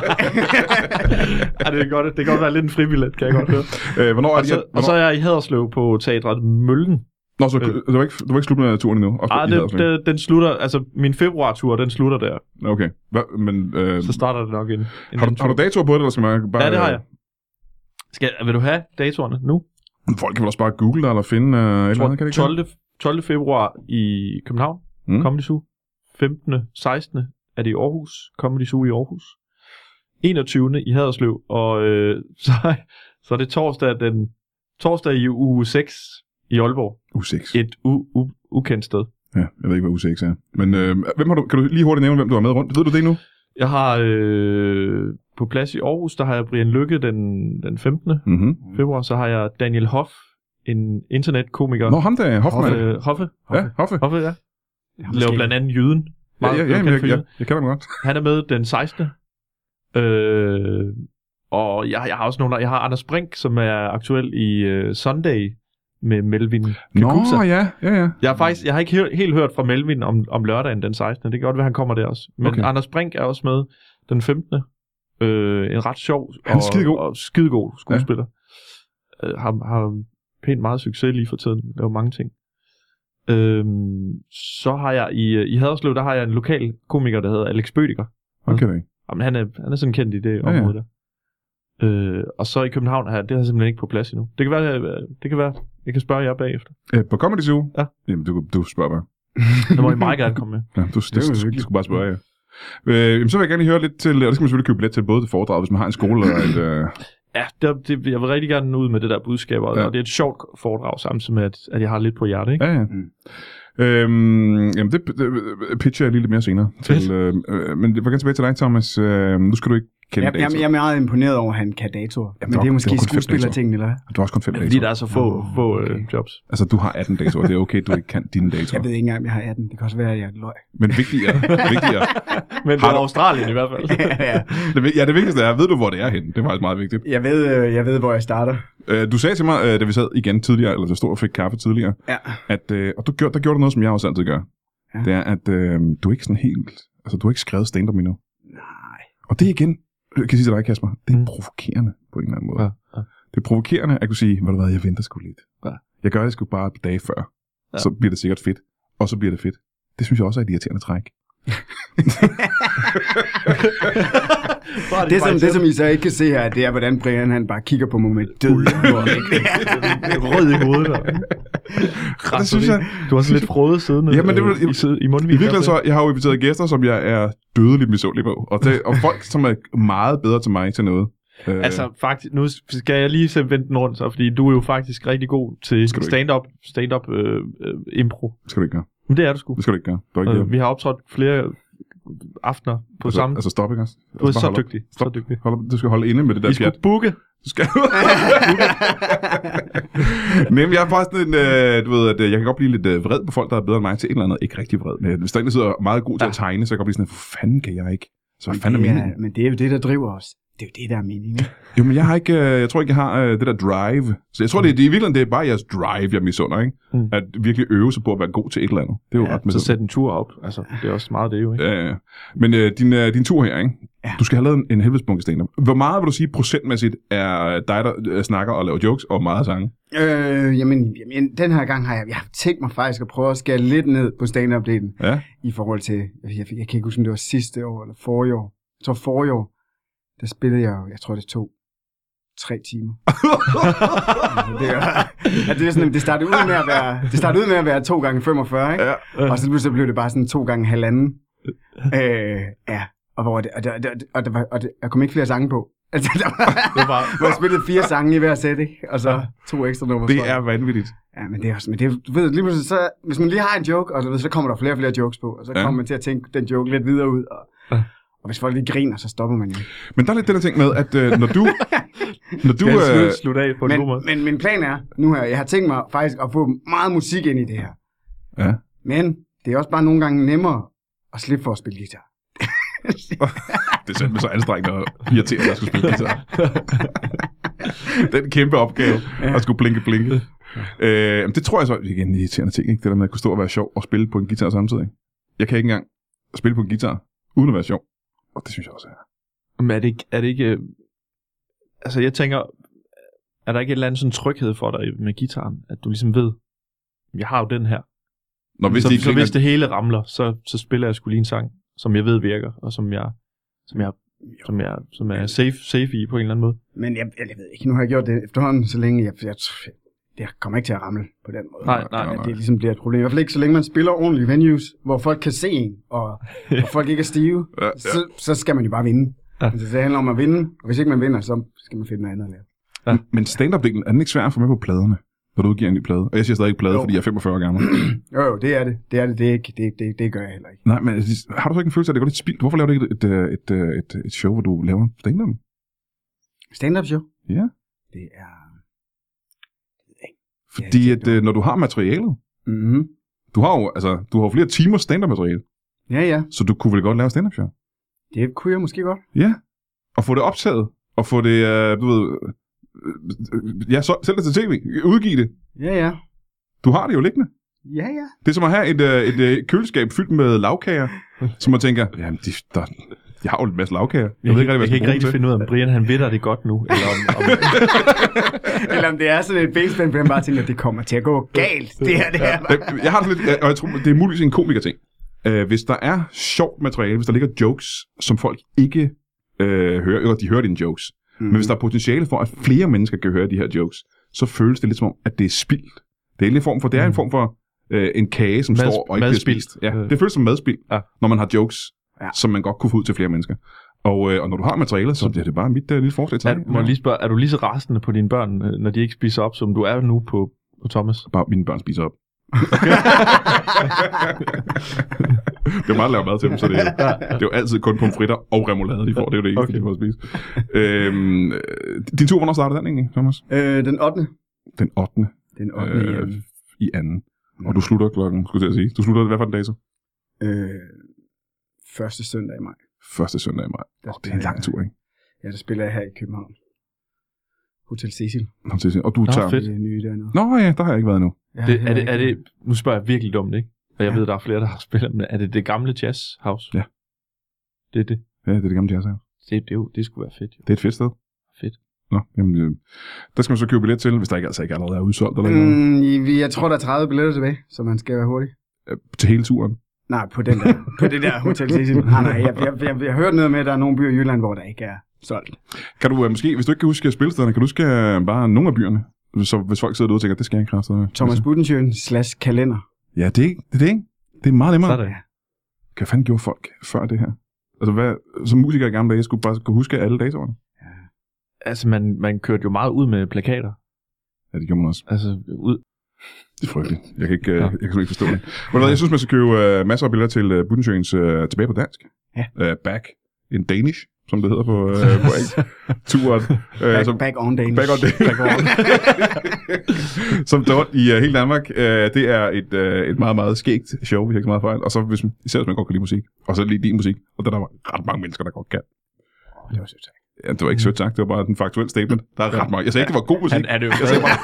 Ja, det er godt. Det kan godt være lidt en fribillet, kan jeg godt høre. Øh, hvornår er det? Og så, hvornår? Og så er jeg i Haderslev på teatret Møllen. Nå, så øh. du var ikke, du var ikke slut med turen endnu? Nej, det, det, den slutter, altså min februar-tur, den slutter der. Okay, Hva, men... Øh, så starter det nok en, en har, du, har du datoer på det, eller skal man bare... Ja, det har jeg. Skal, vil du have datorerne nu? Folk kan vel også bare google dig, eller finde øh, et eller andet, kan det ikke? tolvte tolvte februar i København, mm. Comedy Zoo. femtende sekstende er det i Aarhus, Comedy Zoo i Aarhus. enogtyvende i Haderslev, og øh, så, så er det torsdag, den, torsdag i uge seks i Aalborg. Uge seks. Et u, u, ukendt sted. Ja, jeg ved ikke, hvad uge seks er. Men øh, hvem har du, kan du lige hurtigt nævne, hvem du har med rundt? Ved du det nu? Jeg har øh, på plads i Aarhus, der har jeg Brian Lykke den, den femtende Mm-hmm. februar. Så har jeg Daniel Hoff, en internetkomiker. Nå, ham der, Hoffmann. Hoffe. Hoffe. Ja, Hoffe. Hoffe, ja. Laver blandt andet Jyden. Ja, ja, ja, ja, jeg, jeg, jeg kender ham godt. Han er med den sekstende Øh, og jeg, jeg har også nogle, jeg har Anders Brink, som er aktuel i uh, Sunday med Melvin Kakusa. Nå, ja, ja, ja. Jeg har faktisk, jeg har ikke helt, helt hørt fra Melvin om, om lørdagen den sekstende Det kan godt være, han kommer der også. Men okay. Anders Brink er også med den femtende Øh, en ret sjov og, skidegod. og skidegod skuespiller. Ja. Øh, har, har pænt meget succes lige for tiden. Laver mange ting. Øhm, så har jeg i, i Haderslev, der har jeg en lokal komiker, der hedder Alex Bødiger. Okay. Jamen, han er, han er sådan kendt i det ja, område der. Øh, og så i København her, det har jeg simpelthen ikke på plads endnu. Det kan være, det kan være jeg kan spørge jer bagefter. Øh, på Comedy Zoo? Ja. Jamen, du, du spørger bare. Der må I meget gerne komme med. Ja, du, det, det, det, du skulle bare spørge, ja. Øh, jamen, så vil jeg gerne lige høre lidt til, og det skal man selvfølgelig købe billet til, både til foredrag, hvis man har en skole eller et... Øh... Ja, det, det, jeg vil rigtig gerne ud med det der budskab, og, ja. og det er et sjovt foredrag, samtidig med, at, at jeg har lidt på hjertet, ikke? Ja, ja. Mm. Øhm, jamen, det, det pitcher jeg lige lidt mere senere. Til, øh, øh, men jeg vil gerne tilbage til dig, Thomas. Øh, nu skal du ikke kende jeg, datoer. Jeg er meget imponeret over, at han kan datoer. Men det er måske skuespillerting, eller hvad? Du har også kun fem datoer. Fordi der er så få, oh, få okay. øh, jobs. Altså, du har atten datoer. Det er okay, du ikke kan dine datoer. Jeg ved ikke engang, om jeg har atten. Det kan også være, at jeg er løg. Men vigtigere. vigtigere. Men det er Australien i hvert fald. ja, ja. Det, ja, det vigtigste er, ved du, hvor det er henne? Det er faktisk meget vigtigt. Jeg ved, jeg ved hvor jeg starter. Du sagde til mig, da vi sad igen tidligere, eller der stod og fik kaffe tidligere, ja. at, og du gjorde, der gjorde du noget, som jeg også altid gør. Ja. Det er, at øh, du er ikke sådan helt... Altså, du har ikke skrevet stand-up endnu. Nej. Og det er igen, jeg kan sige til dig, Kasper, det er mm. provokerende på en eller anden måde. Ja, ja. Det er provokerende at kunne sige, ved du hvad, jeg venter sgu lidt. Ja. Jeg gør det sgu bare et dage før. Ja. Så bliver det sikkert fedt. Og så bliver det fedt. Det synes jeg også er et irriterende træk. det, som, det som I så ikke kan se her, det er, hvordan Brian han bare kigger på mig med død. Rød i hovedet der. Det synes jeg. Du har så lidt frode siddende ja, men det, øh, i, i mundvin. I virkeligheden så, jeg har jo inviteret gæster, som jeg er dødeligt misundelig på. Og, det, og folk, som er meget bedre til mig til noget. Altså faktisk, nu skal jeg lige så vente den rundt så, fordi du er jo faktisk rigtig god til stand-up, stand-up øh, øh, impro. Det skal du ikke gøre. Men det er du sgu. Det skal du ikke gøre. Du ikke øh, vi har optrådt flere aftener på altså, samme... Altså stop, ikke også? Du er så dygtig. Så dygtig. Hold, du skal holde inde med det der pjat. Vi skal booke. Du skal... Men jeg er faktisk en, øh, du ved, at jeg kan godt blive lidt øh, vred på folk, der er bedre end mig til et eller andet ikke rigtig vred. Men hvis der egentlig sidder meget god til ja. at tegne, så kan jeg godt blive sådan, hvor fanden kan jeg ikke? Så hvad fanden er meningen? Men det er jo det, der driver os. Det er jo det, der er meningen. Jo, men jeg har ikke, jeg tror ikke, jeg har det der drive. Så jeg tror, mm. det, det er i virkeligheden, det er bare jeres drive, jeg misunder, ikke? Mm. At virkelig øve sig på at være god til et eller andet. Det er jo ja, ret med så sæt en tur op. Altså, det er også meget det jo, ikke? Ja, ja. Men øh, din, øh, din tur her, ikke? Ja. Du skal have lavet en, en helvedesbunke stand-up. Hvor meget vil du sige procentmæssigt er dig, der øh, snakker og laver jokes, og meget sange? Øh, jamen, jamen, den her gang har jeg, jeg har tænkt mig faktisk at prøve at skære lidt ned på stand-up-delen. Ja. I forhold til, jeg, jeg, jeg kan ikke huske, om det var sidste år eller forrige år. Jeg tror forrige år, der spillede jeg jo, jeg tror det tog tre timer. det, var, ja, det, er sådan, det startede ud med at være, det startede ud med at være to gange femogfyrre, ikke? Ja. Og så pludselig blev det bare sådan to gange halvanden. øh, ja, og hvor det, og det, og det, og det, og det, jeg kom ikke flere sange på. Altså, der var, det var, hvor jeg spillede fire sange i hver sæt, ikke? Og så to ekstra nummer. Det er vanvittigt. Ja, men det er også, men det er, du ved, lige pludselig så, hvis man lige har en joke, og du ved, så kommer der flere og flere jokes på, og så ja. kommer man til at tænke den joke lidt videre ud, og, Og hvis folk ikke griner, så stopper man jo. Men der er lidt den der ting med, at øh, når du... når du Kan øh, slutte af på en god måde. Men, men min plan er, nu her, jeg har tænkt mig faktisk at få meget musik ind i det her. ja. Men det er også bare nogle gange nemmere at slippe for at spille guitar. Det er simpelthen så anstrengende og irriterende, at jeg skulle spille guitar. Den kæmpe opgave, ja. At skulle blinke, blinke. Øh, det tror jeg så, igen, en irriterende ting, ikke? Det der med at kunne stå og være sjov og spille på en guitar samtidig. Jeg kan ikke engang spille på en guitar, uden at være sjov. Og det synes jeg også er. Men er det ikke... Er det ikke altså, jeg tænker, er der ikke et eller andet sådan tryghed for dig med guitaren? At du ligesom ved, jeg har jo den her. Når, hvis så, de så klinger... hvis det hele ramler, så, så spiller jeg sgu lige en sang, som jeg ved virker, og som jeg, som jeg, som jeg, som er safe, safe i på en eller anden måde. Men jeg, jeg ved ikke, nu har jeg gjort det efterhånden så længe, jeg, jeg, det kommer ikke til at ramle på den måde. Nej, nej, nej. At det ligesom bliver et problem. I hvert fald ikke, så længe man spiller ordentligt venues, hvor folk kan se en, og, og folk ikke er stive, ja, ja. Så, så skal man jo bare vinde. Ja. Altså, det handler om at vinde, og hvis ikke man vinder, så skal man finde noget andet at lave. Ja. Men stand-up-delen, er den ikke svær at få med på pladerne, når du udgiver en ny plade? Og jeg siger stadig ikke plade, jo. Fordi jeg er femogfyrre år gammel. Jo, jo, det er det. Det er det. Det, er ikke, det, det, det gør jeg heller ikke. Nej, men har du så ikke en følelse af, at det går lidt spildt? Hvorfor laver du ikke et, et, et, et, et show, hvor du laver stand-up? Stand-up show? Ja. Det er... Fordi ja, at, øh, når du har materialet, mm-hmm. du har jo altså, du har jo flere timer stand-up-materiale. Ja, ja. Så du kunne vel godt lave stand-up show? Det kunne jeg måske godt. Ja. Og få det optaget. Og få det, øh, du ved... Øh, ja, så, selv det til tv. Udgive det. Ja, ja. Du har det jo liggende. Ja, ja. Det er som at have et, øh, et, et køleskab fyldt med lavkager, som man tænker, jamen, de, der, jeg har jo en masse lavkager. Jeg, jeg, ved ikke, jeg, hvad jeg kan ikke rigtig til. finde ud af, om Brian han ved det godt nu. Eller om, om... eller om det er sådan et benspænd, hvor man bare tænker, at det kommer til at gå galt. Det her, det her. Ja. Jeg har det lidt, og jeg tror, det er muligvis en komiker-ting. Uh, hvis der er sjovt materiale, hvis der ligger jokes, som folk ikke uh, hører, eller de hører dine jokes, mm. men hvis der er potentiale for, at flere mennesker kan høre de her jokes, så føles det lidt som om, at det er spildt. Det er en form for, det er en form for uh, en kage, som Mad, står og ikke bliver spist. Ja, det føles som madspild, ja. Når man har jokes, ja. Som man godt kunne få ud til flere mennesker. Og, øh, og når du har materialet, så bliver det bare mit uh, lille forslag til. Er, må jeg lige spørge, er du lige så rasende på dine børn, når de ikke spiser op, som du er nu på, på Thomas? Bare mine børn spiser op. Det er meget at lave mad til dem, så det er, det er jo altid kun pomfritter og remoulade, de får. Det er jo det eneste, okay. De får at spise. Øhm, din tur, hvornår startede den egentlig, Thomas? Øh, den ottende Den ottende Den ottende Øh, i anden. Og du slutter klokken, skulle jeg sige. Du slutter hvad for en dag så? Øh, første søndag i maj. Første søndag i maj. Oh, det er en lang tur, ikke? Ja, der spiller jeg her i København. Hotel Cecil. Og du tager... fedt. Det nye dernede. Nå ja, der har jeg ikke været endnu. Ja, det, er, det, er det, nu spørger jeg virkelig dumt, ikke? Og jeg ja. ved, der er flere, der har spillet, men er det det gamle Jazz House? Ja. Det er det? Ja, det er det gamle Jazz House. Det, det, det, det skulle være fedt. Jo. Det er et fedt sted. Fedt. Nå, jamen, øh, der skal man så købe billet til, hvis der ikke, altså ikke allerede er udsolgt. Eller mm, jeg tror, der er tredive billetter tilbage, så man skal være hurtig. Til hele turen? Nej, på den der, på det der Hotel Cecil. Nej, nej, jeg, jeg, jeg, jeg har hørt noget med, at der er nogle byer i Jylland, hvor der ikke er solgt. Kan du uh, måske, hvis du ikke kan huske spilstederne, kan du huske uh, bare nogle af byerne? Så hvis folk sidder derude og tænker, det skal jeg ikke kræfte. Thomas Budensjøen slash kalender. Ja, det er det, det, ikke? Det er meget nemmere. Sådan. Hvad fanden gjorde folk før det her? Altså, hvad, som musiker i gamle dage, skulle bare kunne huske alle datoerne? Ja. Altså, man, man kørte jo meget ud med plakater. Ja, det gjorde man også. Altså, ud... Det er frygteligt. Jeg kan ikke, ja. jeg kan ikke forstå det. Men jeg synes, man skal købe uh, masser af billeder til uh, Budensjøens uh, tilbage på dansk. Ja. Uh, back in Danish, som det hedder på, uh, på turen. Uh, back, som, back on Danish. Back on Danish. Back on. Som der i uh, hele Danmark. Uh, det er et, uh, et meget, meget skægt show, hvis jeg ikke så meget fejl. Og så hvis man, især hvis man godt kan lide musik. Og så lige din musik. Og der er der ret mange mennesker, der godt kan. Det var sødt sagt. Ja, det var ikke sødt sagt, det var bare den faktuelle statement. Der er ret mange. Jeg sagde ikke, det var god musik. Han er det jo. Jeg sagde bare...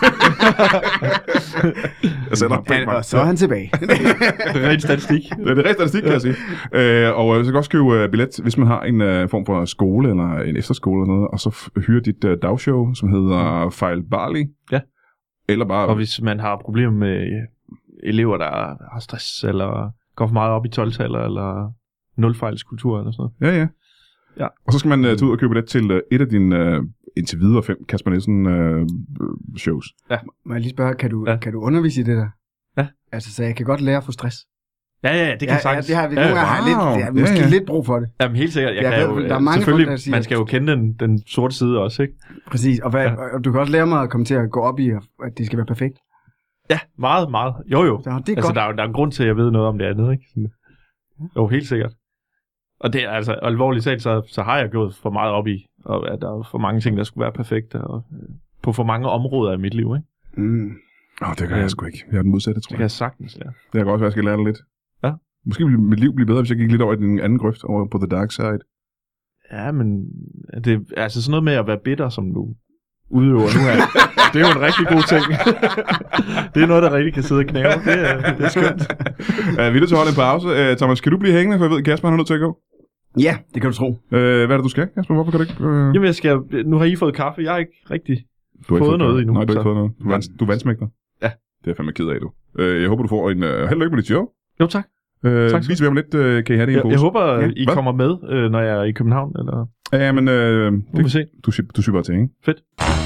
jeg sagde, der er han, og så er han tilbage. Det er rent statistik. Det er det rent statistik, kan jeg sige. Øh, og så kan også købe uh, billet, hvis man har en uh, form for skole eller en efterskole eller noget, og så f- hyre dit uh, dagshow, som hedder Fejlbarlig. Ja. Eller bare... Og hvis man har problemer med elever, der har stress, eller går for meget op i tolv-taller, eller nulfejlskultur eller sådan noget. Ja, ja. Ja. Og så skal man uh, tage ud og købe billet til uh, et af dine uh, indtil videre fem Kasper Nielsen uh, shows. Ja. Må jeg lige spørge, kan du, ja. kan du undervise i det der? Ja. Altså, så jeg kan godt lære at få stress. Ja, ja, det kan ja, sagtens. Ja, det har vi ja, nogle gange wow. lidt, det er måske ja, ja. lidt brug for det. Jamen helt sikkert. Jeg ja, kan ved, jo, der er mange selvfølgelig, folk, der siger, man skal jo kende den, den sorte side også, ikke? Præcis, og, hvad, ja. og du kan også lære mig at komme til at gå op i, at det skal være perfekt. Ja, meget, meget. Jo, jo. Så, det er altså, godt. Der, er, der er en grund til, at jeg ved noget om det andet, ikke? Jo, helt sikkert. Og det er altså alvorligt talt, så, så har jeg gået for meget op i, og at der er for mange ting, der skulle være perfekte, og øh, på for mange områder af mit liv, ikke? Mm. Åh, det kan jeg sgu ikke. Jeg er den modsatte, tror Det jeg. kan jeg sagtens, ja. Det kan godt være, at jeg skal lære det lidt. Ja. Måske ville mit liv blive bedre, hvis jeg gik lidt over i den anden grøft, over på the dark side. Ja, men det er altså sådan noget med at være bitter, som du udøver nu her. Det er jo en rigtig god ting. Det er noget, der rigtig kan sidde og knæve. Det er, det er skønt. Uh, vi er nødt til at holde en pause. Uh, Thomas, skal du blive hængende, for jeg ved, at Kasper er nødt til at gå? Ja, det kan du tro. Uh, hvad er det, du skal, Kasper? Hvorfor kan du ikke? Uh... Jamen, jeg skal, nu har I fået kaffe. Jeg har ikke rigtig Du har ikke fået noget noget endnu. Nej, du har så. ikke fået noget. Du er, vand, du er vandsmægter. Ja. Det er jeg fandme ked af, du. Uh, jeg håber, du får en... Uh, held og lykke med dit show. Jo, tak. Uh, tak vis mig om lidt, uh, kan I have det i en Jeg, pose? jeg håber, Ja. I Hvad? kommer med, øh, når jeg er i København. Eller... Ja, men... Uh, Nu må vi det, se. du, sy- du syr bare til, ikke? Fedt.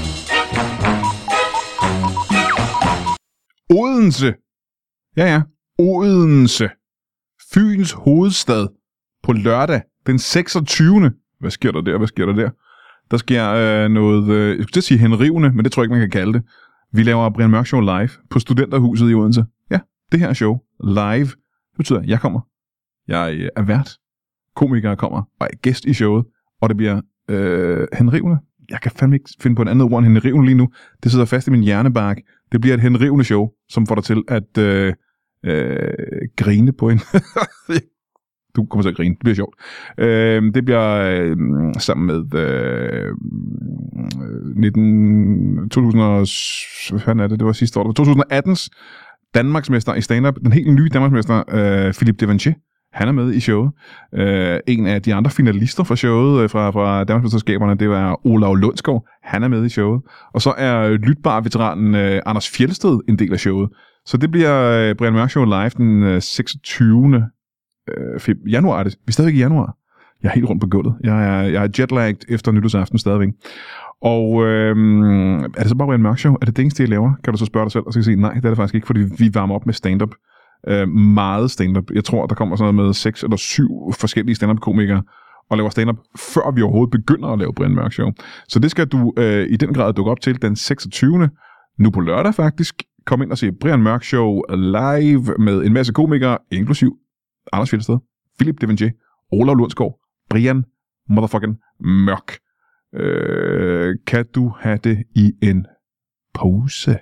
Odense. Ja, ja. Odense. Fyns hovedstad. På lørdag, den seksogtyvende Hvad sker der der? Hvad sker der der? Der sker øh, noget, øh, jeg skulle til at sige henrivende, men det tror jeg ikke, man kan kalde det. Vi laver Brian Mørk Show live på Studenterhuset i Odense. Ja, det her show live. Det betyder, at jeg kommer. Jeg øh, er vært. Komikere kommer og er gæst i showet. Og det bliver øh, henrivende. Jeg kan fandme ikke finde på en andet ord end henrivende lige nu. Det sidder fast i min hjernebark. Det bliver et henrivende show, som får dig til at øh, øh, grine på en. Du kommer til at grine. Det bliver sjovt. Øh, det bliver øh, sammen med øh, nitten, to tusind og, hvad er det? Det var sidste år. Det var to tusind og attens Danmarksmester i stand-up. Den helt nye Danmarksmester, øh, Philippe Devanché. Han er med i showet. Øh, en af de andre finalister fra showet, øh, fra, fra Danmarksmesterskaberne, det var Olav Lundsgaard. Han er med i showet. Og så er lytbar-veteranen øh, Anders Fjelsted en del af showet. Så det bliver øh, Brian Mørk Show live den øh, seksogtyvende januar er det. Vi er stadigvæk i januar. Jeg er helt rundt på gulvet. Jeg er, jeg er jetlagget efter nytårsaften stadigvæk. Og øhm, er det så bare en mørk show? Er det det eneste, jeg laver? Kan du så spørge dig selv? Og så kan jeg sige, nej, det er det faktisk ikke, fordi vi varmer op med stand-up. Øh, meget stand-up. Jeg tror, der kommer sådan noget med seks eller syv forskellige stand-up-komikere og laver stand-up, før vi overhovedet begynder at lave Brian Mørk Show. Så det skal du øh, i den grad dukke op til den seksogtyvende Nu på lørdag faktisk. Kom ind og se Brian Mørk Show live med en masse komikere, inklusiv Anders Fjelsted, Philippe Devanché, Olav Lundsgaard, Brian motherfucking Mørk. Øh, kan du have det i en pause?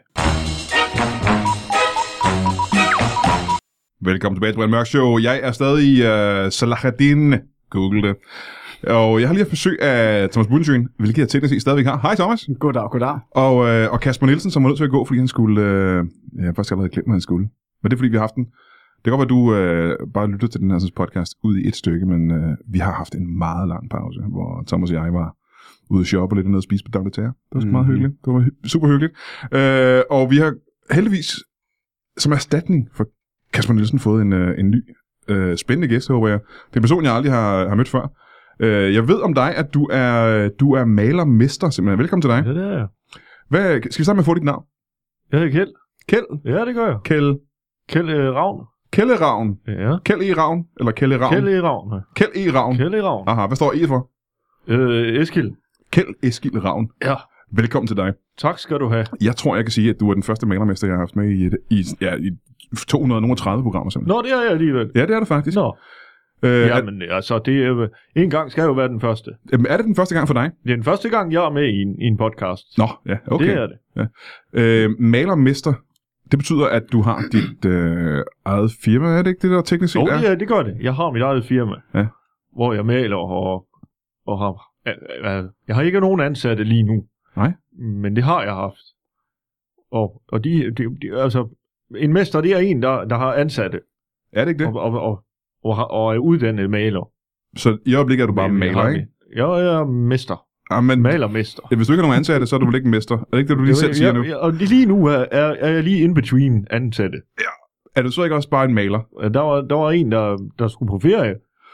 Velkommen tilbage til Brian Mørk Show. Jeg er stadig i uh, Salahuddin. Google det. Og jeg har lige haft besøg af Thomas Budensjøen, hvilket jeg teknisk set stadigvæk har. Hej Thomas. Goddag, goddag. Og, øh, og Kasper Nielsen, som var nødt til at gå, fordi han skulle... Øh, jeg har faktisk allerede glemt, hvad han skulle. Men det er fordi, vi har haft den. Det kan godt være, du øh, bare lytter til den her podcast ud i et stykke, men øh, vi har haft en meget lang pause, hvor Thomas og jeg var ude at shoppe lidt og nede og spise på Dagligtær. Det var mm-hmm. meget hyggeligt. Det var hy- super hyggeligt. Øh, og vi har heldigvis som erstatning for Kasper Nielsen fået en, øh, en ny øh, spændende gæst, håber jeg. Det er en person, jeg aldrig har, har mødt før. Øh, jeg ved om dig, at du er, du er malermester, simpelthen. Velkommen til dig. Ja, det er jeg. Hvad, skal vi starte med at få dit navn? Jeg hedder Kjeld. Kjeld? Ja, det gør jeg. Kjeld? Kjeld øh, Ravn. Kjeld E. Ravn? Ja. Kjeld E. Ravn? Eller Kjeld E. Ravn? Kjeld E. Ravn. Ja. Kjeld E. Ravn? Kjeld E. Ravn. Aha, hvad står E for? Øh, Eskild. Kjeld Eskild Ravn. Ja. Velkommen til dig. Tak skal du have. Jeg tror, jeg kan sige, at du er den første malermester, jeg har haft med i, et, i, ja, i to hundrede og tredive programmer simpelthen. Nå, det er jeg alligevel. Ja, det er det faktisk. Nå. Øh, Jamen, altså, det er, en gang skal jo være den første. er det den første gang for dig? Det er den første gang, jeg er med i en, i en podcast. Nå, ja, okay. Det er det. Ja. Øh, malermester, det betyder, at du har dit øh, eget firma, er det ikke det, der teknisk set Jo, er? det, er, det gør det. Jeg har mit eget firma, ja. hvor jeg maler og, og har... Øh, jeg har ikke nogen ansatte lige nu. Nej. Men det har jeg haft. Og, og de, de, de, altså, en mester, det er en, der, der har ansatte. Er det ikke det? Og, og, og, og, og er uddannet maler. Så i øjeblikket er du bare Men, maler, ikke? Jeg er mester. Ah, men, Malermester. ja, hvis du ikke har nogen ansatte, så er du vel ikke en mester. Er det ikke det, du lige Det- selv siger jeg, nu? jeg, og lige nu er, er, er jeg lige in between ansatte. Er du så ikke også bare en maler? Der var, der var en, der, der skulle på ferie.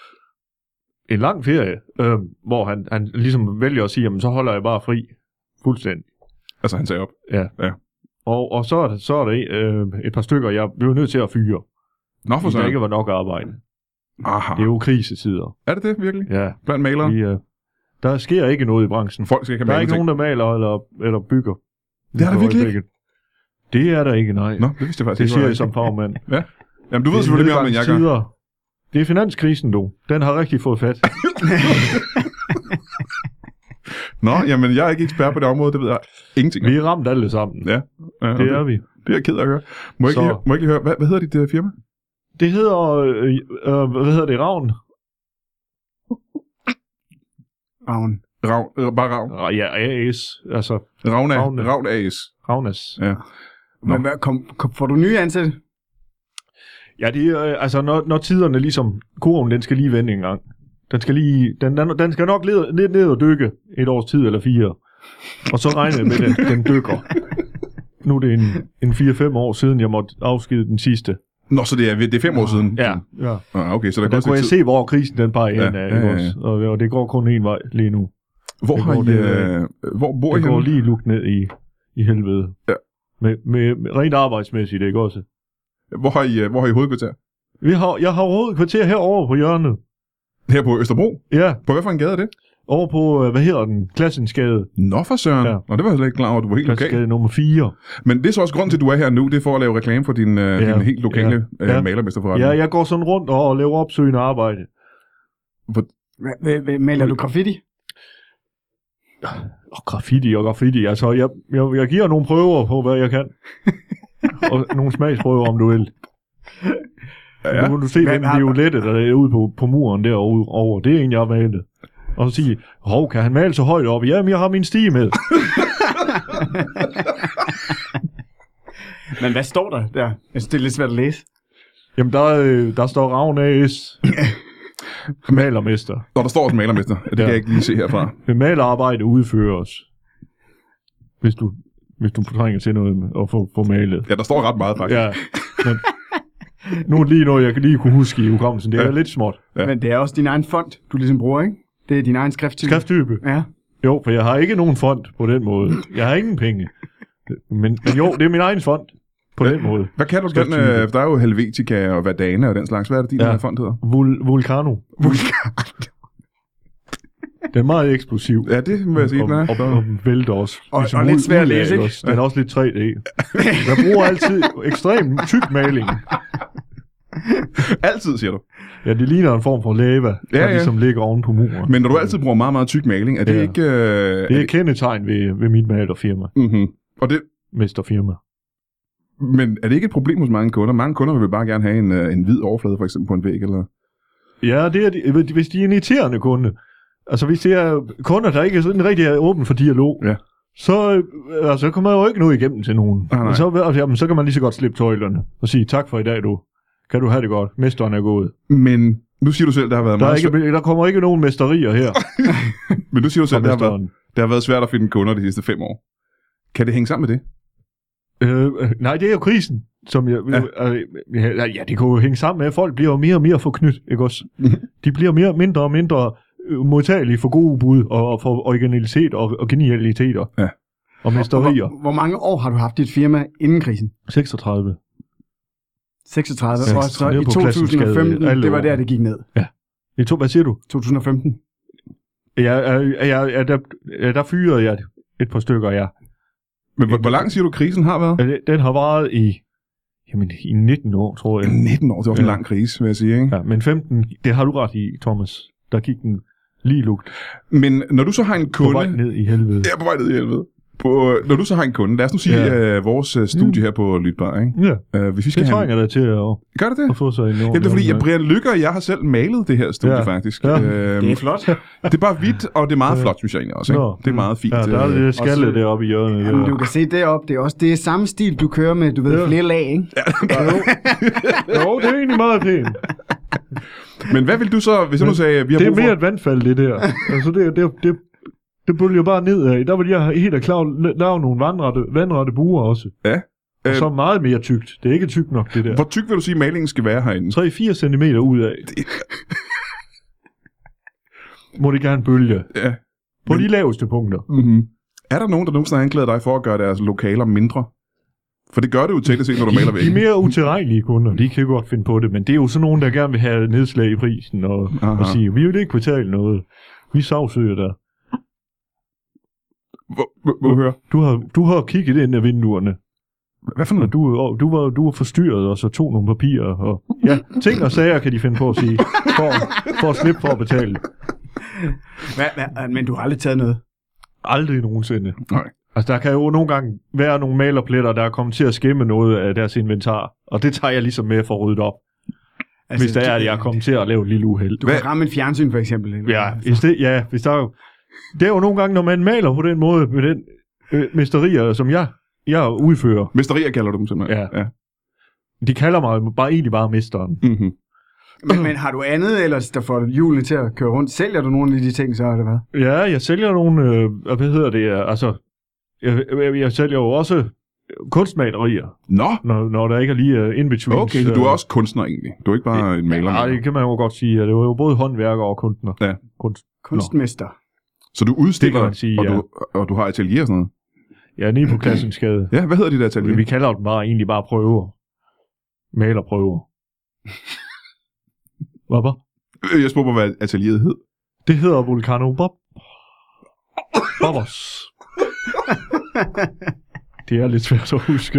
En lang ferie. Øh, hvor han, han ligesom vælger at sige, jamen så holder jeg bare fri. Fuldstændig. Altså, han sagde op. Ja. Ja. Og, og så er det, så er det øh, et par stykker, jeg blev nødt til at fyre. Nå, for Fordi der sådan. ikke var nok arbejde. Aha. Det er jo krisetider. Er det det, virkelig? Ja. Blandt malere? Vi, øh, der sker ikke noget i branchen. Folk skal ikke have Der er malet ikke ting. nogen, der maler eller, eller bygger. Det er der For virkelig ikke? øjeblikket. Det er der ikke, nej. Nå, det vidste jeg faktisk Det ikke. siger var jeg som rigtigt. fagmand. Ja. Jamen, du ved selvfølgelig mere om det, end jeg gør. Tider. Det er finanskrisen, du. Den har rigtig fået fat. Nå, jamen, jeg er ikke ekspert på det område, det ved jeg ingenting om. Vi er ramt alle sammen. Ja, ja det er vi. Det er jeg ked af at høre. Må jeg ikke, lige, må jeg ikke lige høre, hvad, hvad hedder dit uh, firma? Det hedder, øh, øh, hvad hedder det, Ravn? Ravn. Ravn, øh, bare Ravn. Ja, A S, altså. Ravn, Ravn, Ravn A S. Ravnes. Ja. Men hvad, kom, kom, får du nye ansatte? Ja, det er, øh, altså, når, når tiderne ligesom, kurven, den skal lige vende en gang. Den skal lige, den, den, den skal nok led, lidt ned og dykke et års tid eller fire. Og så regner jeg med, at den, den dykker. Nu er det en, en fire fem år siden, jeg måtte afskede den sidste. Nå, så det er, det er fem år siden? Ja. ja. Ah, okay, så der, der kunne jeg se, hvor krisen den bare ja, ind af, ja, ja, ja. Og, og det går kun en vej lige nu. Hvor, har I, det, øh, hvor bor I henne? Det går lige lukket ned i, i helvede. Ja. Med, med, med rent arbejdsmæssigt, ikke også? Hvor har I, hvor har I hovedkvarter? Vi har, jeg har hovedkvarter herovre på hjørnet. Her på Østerbro? Ja. På hvad for en gade er det? Over på, hvad hedder den? Klassensgade. Nå for søren. Ja. Nå, det var jeg slet ikke klar over, du var helt lokal. Klassensgade nummer fire. Men det er så også grund til, at du er her nu, det er for at lave reklame for din, ja. din helt lokale ja. Ja. malermesterforretning. Ja, jeg går sådan rundt og laver opsøgende arbejde. Hvor... Maler du graffiti? Oh, graffiti og graffiti. Altså, jeg, jeg, jeg giver nogle prøver på, hvad jeg kan. Og nogle smagsprøver, om du vil. Ja, ja. Nu kan du se den violette, der er ude på, på muren derovre. Det er en, jeg har malet. Og så sige, hov, kan han male så højt op? Jamen, jeg har min stige med. Men hvad står der der? Jeg synes, det er lidt svært at læse. Jamen, der, der står Ravn A S. Malermester. Nå, der står også malermester. Det ja. kan jeg ikke lige se herfra. Det malerarbejde udføres. Hvis du, hvis du trænger til noget at få, få malet. Ja, der står ret meget faktisk. Ja, men nu er lige noget, jeg kan lige kunne huske i hukommelsen. Det er ja. lidt småt. Ja. Men det er også din egen font, du ligesom bruger, ikke? Det er din egen skrifttype. Skrifttype? Ja. Jo, for jeg har ikke nogen font på den måde. Jeg har ingen penge. Men, men jo, det er min egen font på Hvad, den måde. Hvad kan du den? Øh, der er jo Helvetica og Verdana og den slags. Hvad er det, din ja. font hedder? Vul- Vulcano. Vulcano. Den er meget eksplosiv. Ja, det må jeg sige, den er. Og, og, og vælter også. Og, ligesom og lidt svær at læse, ikke? Også. Den er også lidt tre D. Jeg bruger altid ekstremt tyk maling. Altid, siger du? Ja, det ligner en form for lava, ja, der ja. ligesom ligger oven på muren. Men når du altid bruger meget, meget tyk maling, er det ja. ikke... Øh, det er, er det... kendetegn ved, ved mit malerfirma. Mm-hmm. Og det... Mesterfirma. Men er det ikke et problem hos mange kunder? Mange kunder vil bare gerne have en, en hvid overflade, for eksempel på en væg, eller... Ja, det er de, hvis de er en irriterende kunde. Altså, hvis det er kunder, der ikke er sådan rigtig er åben for dialog, ja. så altså, kommer jeg jo ikke noget igennem til nogen. Ah, så, altså, jamen, så kan man lige så godt slippe tøjlerne og sige, tak for i dag, du. Kan du have det godt? Mesteren er gået. Men nu siger du selv, der har været der meget... Ikke, der kommer ikke nogen mesterier her. Men nu siger du selv, der har, været, det har været svært at finde kunder de sidste fem år. Kan det hænge sammen med det? Øh, øh, nej, det er jo krisen. Som jeg, ja. Øh, ja, det kan jo hænge sammen med, at folk bliver mere og mere forknyt, ikke også? De bliver mere, mindre og mindre modtagelige for gode bud, og, og for originalitet og, og genialiteter. Ja. Og mesterier. Hvor, hvor mange år har du haft dit firma inden krisen? seksogtredive. seksogtredive, ja, og så i to tusind og femten, det var der, det gik ned. Ja. I to, hvad siger du? to tusind og femten. Ja, ja, ja, ja der, ja, der fyrede jeg et par stykker, ja. Men hvor, hvor lang siger du, krisen har været? Den har varet i, jamen, i nitten år, tror jeg. nitten år, det var også ja. en lang krise, vil jeg sige, ikke? Ja, men femten, det har du ret i, Thomas. Der gik den lige lugt. Men når du så har en kunde... På vej ned i helvede. Ja, på vej ned i helvede. På, når du så har en kunde, lad os nu sige ja. uh, vores uh, studie her på Lytbar, ikke? Ja, uh, hvis vi skal det trænger have... dig til at, Gør det det? at få sig en Jamen, det er fordi, at Brian Lykke og jeg har selv malet det her studie, ja. faktisk. Ja. Uh, det er flot. Det er bare hvidt, og det er meget flot, synes jeg egentlig også. Ikke? Det er meget fint. Ja, der er det skalle deroppe i hjørnet. Jamen, du kan se deroppe, det er også det er samme stil, du kører med, du ved, ja. flere lag, ikke? Ja. jo. jo, det er egentlig meget pænt. Men hvad vil du så, hvis jeg nu sagde... Vi har det er mere for... et vandfald, det der. Altså, det, det, det, det bølger bare nedad. Der vil jeg helt klart lave nogle vandrette, vandrette buer også. Ja. Og så meget mere tykt. Det er ikke tykt nok, det der. Hvor tyk vil du sige, malingen skal være herinde? tre til fire centimeter ud af. Det... Må det gerne bølge. Ja. På Men... de laveste punkter. Mm-hmm. Er der nogen, der nogensinde har anklaget dig for at gøre deres lokaler mindre? For det gør det jo teknisk set, når du de, maler væggen. De mere utilregnelige kunder, de kan jo godt finde på det, men det er jo sådan nogen, der gerne vil have nedslag i prisen og, og sige, vi vil ikke betale noget. Vi sagsøger der. Hvor, hvor, hvor høre? Du har, du har kigget ind af vinduerne. Hvad for Og noget? du, du, var, du var forstyrret, og så tog nogle papirer. Og, ja, ting og sager kan de finde på at sige, for, for at slippe for at betale. Hvad, hvad, men du har aldrig taget noget? Aldrig nogensinde. Nej. Altså, der kan jo nogle gange være nogle malerpletter, der er kommet til at skæmme noget af deres inventar. Og det tager jeg ligesom med for at rydde op. Altså, hvis der er, at jeg er kommet til at lave et lille uheld. Du kan ramme en fjernsyn, for eksempel. Eller Ja, hvis det, ja, hvis der er jo... Det er jo nogle gange, når man maler på den måde, med den øh, mesterier, som jeg, jeg udfører. Mesterier kalder du dem simpelthen. Ja. Ja. De kalder mig bare, egentlig bare mesteren. Mm-hmm. Men, men har du andet ellers, der får hjulene til at køre rundt? Sælger du nogle af de ting, så er det hvad? Ja, jeg sælger nogle... Øh, hvad hedder det? Altså, jeg, jeg, jeg sælger jo også kunstmalerier, Nå, når, når der ikke er lige uh, in-between. okay, så du er også kunstner egentlig. Du er ikke bare en maler. Nej, det kan man jo godt sige. Det var jo både håndværker og kunstner. Ja. Kunst. Kunstmester. Så du Det kan udstiller, man sige, og, ja. du, og du har atelier og sådan noget? Ja, nede på Klassensgade. Ja, hvad hedder de der atelier? Vi kalder dem bare egentlig bare prøver. Malerprøver. Hvad var? Øh, Jeg spurgte, hvad atelieret hed. Det hedder Vulcano Bob. Bobbers. Det er lidt svært at huske.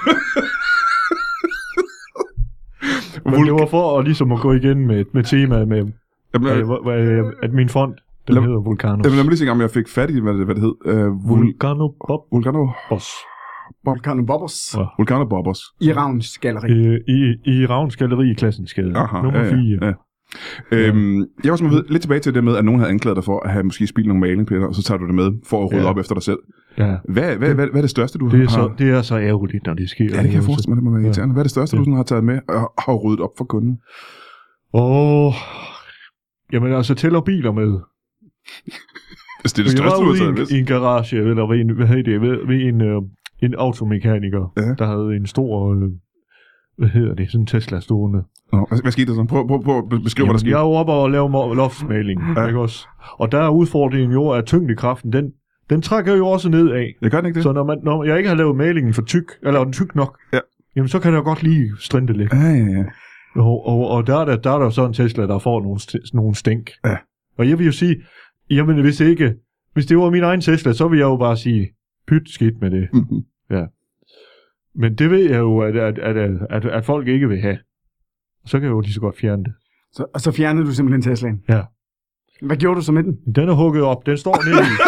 Men det var for at, ligesom at gå igen med, med temaet med, Jamen, at, øh, at, at min fond, den Lad- hedder Vulcano. Jamen, lad mig lige se, om jeg fik fat i, hvad det, hvad det hed. Uh, Vul- Vulcano Bob. Vulcano, Boss. Volcano Bobbers. Ja. Vulcano Bobbers. I Ravns Galleri. I, i, i Ravns Galleri i Klassensgade. Aha, Nummer ja, ja, fire. ja. Øhm, jeg var simpelthen lidt tilbage til det med, at nogen havde anklaget dig for at have måske spildt nogle malingpletter, og så tager du det med for at rydde Ja. op efter dig selv. Ja. Hvad, hvad, hvad, hvad er det største, du Det er, har... så, det er så ærgerligt, når det sker. Ja, det kan jeg forestille mig, det må være irriterende. Hvad er det største, Ja. du sådan har taget med og har ryddet op for kunden? Åh... Oh, jamen altså, tæller biler med. Altså, det er det Jeg største, var du har ude taget i med. en, i en garage, eller ved en, hvad hedder det, ved, ved en, øh, en automekaniker, Ja. der havde en stor, øh, hvad hedder det, sådan en Tesla stående. Nå, hvad, hvad skete der så? Prøv, prøv, prøv at beskrive, hvad der Jamen, skete. jeg er jo oppe og laver mo- loftsmaling, Ja. ja. ikke også? Og der er udfordringen jo, at tyngdekraften, den, den trækker jo også ned af. Jeg gør den ikke det? Så når, man, når jeg ikke har lavet malingen for tyk, eller den tyk nok, Ja. jamen så kan jeg godt lige strinte lidt. Ja, ja, ja. Og, og, og der, er der, der er der så en Tesla, der får nogle, st- nogle stænk. Ja. Og jeg vil jo sige, jamen hvis ikke, hvis det var min egen Tesla, så vil jeg jo bare sige, pyt skidt med det. Mhm. Men det ved jeg jo, at, at, at, at, at, at folk ikke vil have. Så kan jeg jo lige så godt fjerne det. Så, og så fjernede du simpelthen Teslaen. Ja. Hvad gjorde du så med den? Den er hugget op. Den står nede i,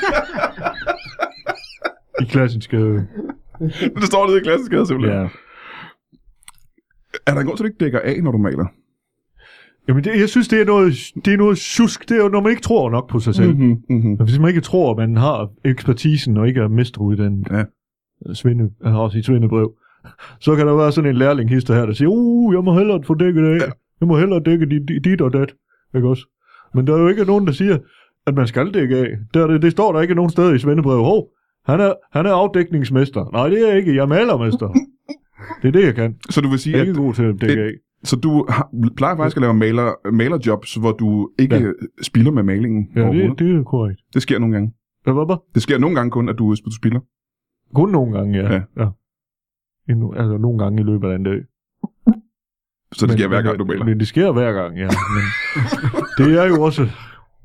i Klassensgade. Det står nede i klasseskade, simpelthen. Ja. Er der en grund til, at du ikke dækker af, når du maler? Jamen, det, jeg synes, det er noget, det er noget tjusk. Det er jo, når man ikke tror nok på sig selv. Mm-hmm, mm-hmm. Men hvis man ikke tror, at man har ekspertisen og ikke er mesteruddannet, Ja. Svinde, jeg har også et svindebrev, så kan der være sådan en lærlinghister her, der siger, uh, jeg må hellere få dækket af. Ja. Jeg må hellere dække dit, dit og dat. Ikke også? Men der er jo ikke nogen, der siger, at man skal dække af. Der, det, det står der ikke nogen steder i svindebrevet. Hov, han er, han er afdækningsmester. Nej, det er jeg ikke. Jeg er malermester. Det er det, jeg kan. Så du vil sige, Jeg er at ikke god til at dække det- af. så du har, plejer faktisk at lave maler, malerjobs, hvor du ikke Ja. ja. spilder med malingen Ja, overhovedet? det, det er korrekt. Det sker nogle gange. Hvad var det? Det sker nogle gange kun, at du, du spilder. Kun nogle gange, ja. Ja. ja. Endnu, altså nogle gange i løbet af en dag. Så det sker hver gang, du maler. Men det sker hver gang, ja. Men det er jo også...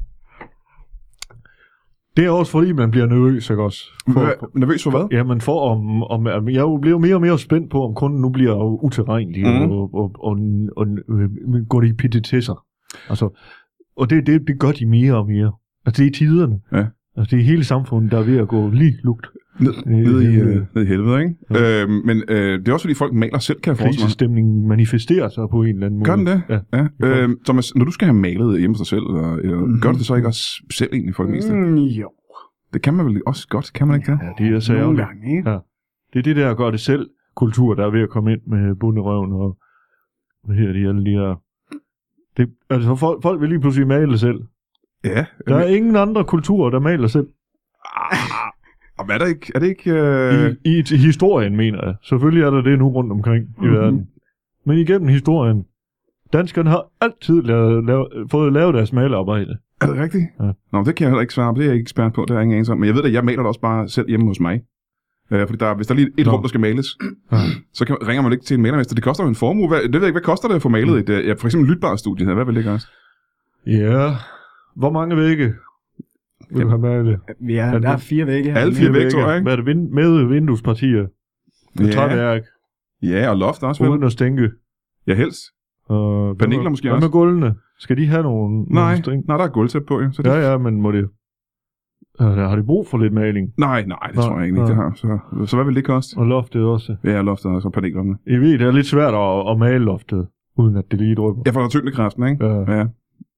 Det er også fordi, man bliver nervøs, ikke også? For, Hvad- Nervøs for hvad? ja, man får om, om... Jeg er jo bliver mere og mere spændt på, om kunden nu bliver utilregnelig Mhm. og, og, og, og, og går de i petitesser. Altså, og det, det, det gør de mere og mere. Altså, det er tiderne. Ja. Altså, det er hele samfundet, der er ved at gå lige lugt. Ned, ned, i, helvede. øh, ned i helvede, ikke? Ja. Øhm, men øh, det er også fordi, folk maler selv, kan jeg forestille mig. Krisestemningen manifesterer sig på en eller anden måde. Gør den det? Ja. Ja. Øhm, Thomas, når du skal have malet hjemme hos dig selv, eller, eller, Mhm. gør du det så ikke også selv egentlig for det meste? Mm, jo. Det kan man vel også godt, kan man ikke det? Ja, det er så Nogle ærgerligt. gange, ikke? Ja. Det er det der gør det selv kultur, der er ved at komme ind med bunderøven og hvad hedder de alle de her... Det, altså folk, folk vil lige pludselig male selv. Ja. Der er ingen andre kulturer, der maler selv. Og er, der ikke, er det ikke... Øh... I, i, I historien, mener jeg. Selvfølgelig er der det nu rundt omkring i Mhm. verden. Men igennem historien, danskerne har altid lavet, lavet, fået lavet deres malearbejde. Er det rigtigt? Ja. Nå, det kan jeg heller ikke svare på. Det er jeg ikke ekspert på. Det er jeg ingen anelse om. Men jeg ved at jeg maler det også bare selv hjemme hos mig. Øh, fordi der, hvis der er lige et Nå. rum, der skal males, Ja. så kan, ringer man ikke til en malermester. Det koster jo en formue. Hvad, det ved jeg ikke, hvad koster det at få malet Mm. et, øh, ja, for eksempel lytbart studie her? Hvad vil det koste? Ja, hvor mange vægge vil du have malet? Ja, der er fire vægge her. Alle fire vægge, tror jeg, ikke? Hvad er det, vind, med vinduespartier? Ja. Træværk. Ja, og loft også, vel? Uden at stænke. Ja, helst. Uh, Paneler måske hvad også. med gulvene? Skal de have nogle, Nej, nogle string? nej, der er gulvtæp på, ja. Så det... Ja, ja, men må det... Uh, har de brug for lidt maling? Nej, nej, det nej, tror jeg egentlig ikke, det har. Så, så hvad vil det koste? Og loftet også. Ja, loftet og så panelerne. I ved, det er lidt svært at, at male loftet, uden at det lige drøber. Ja, for der er tyngdekraften, ikke? Ja. Ja.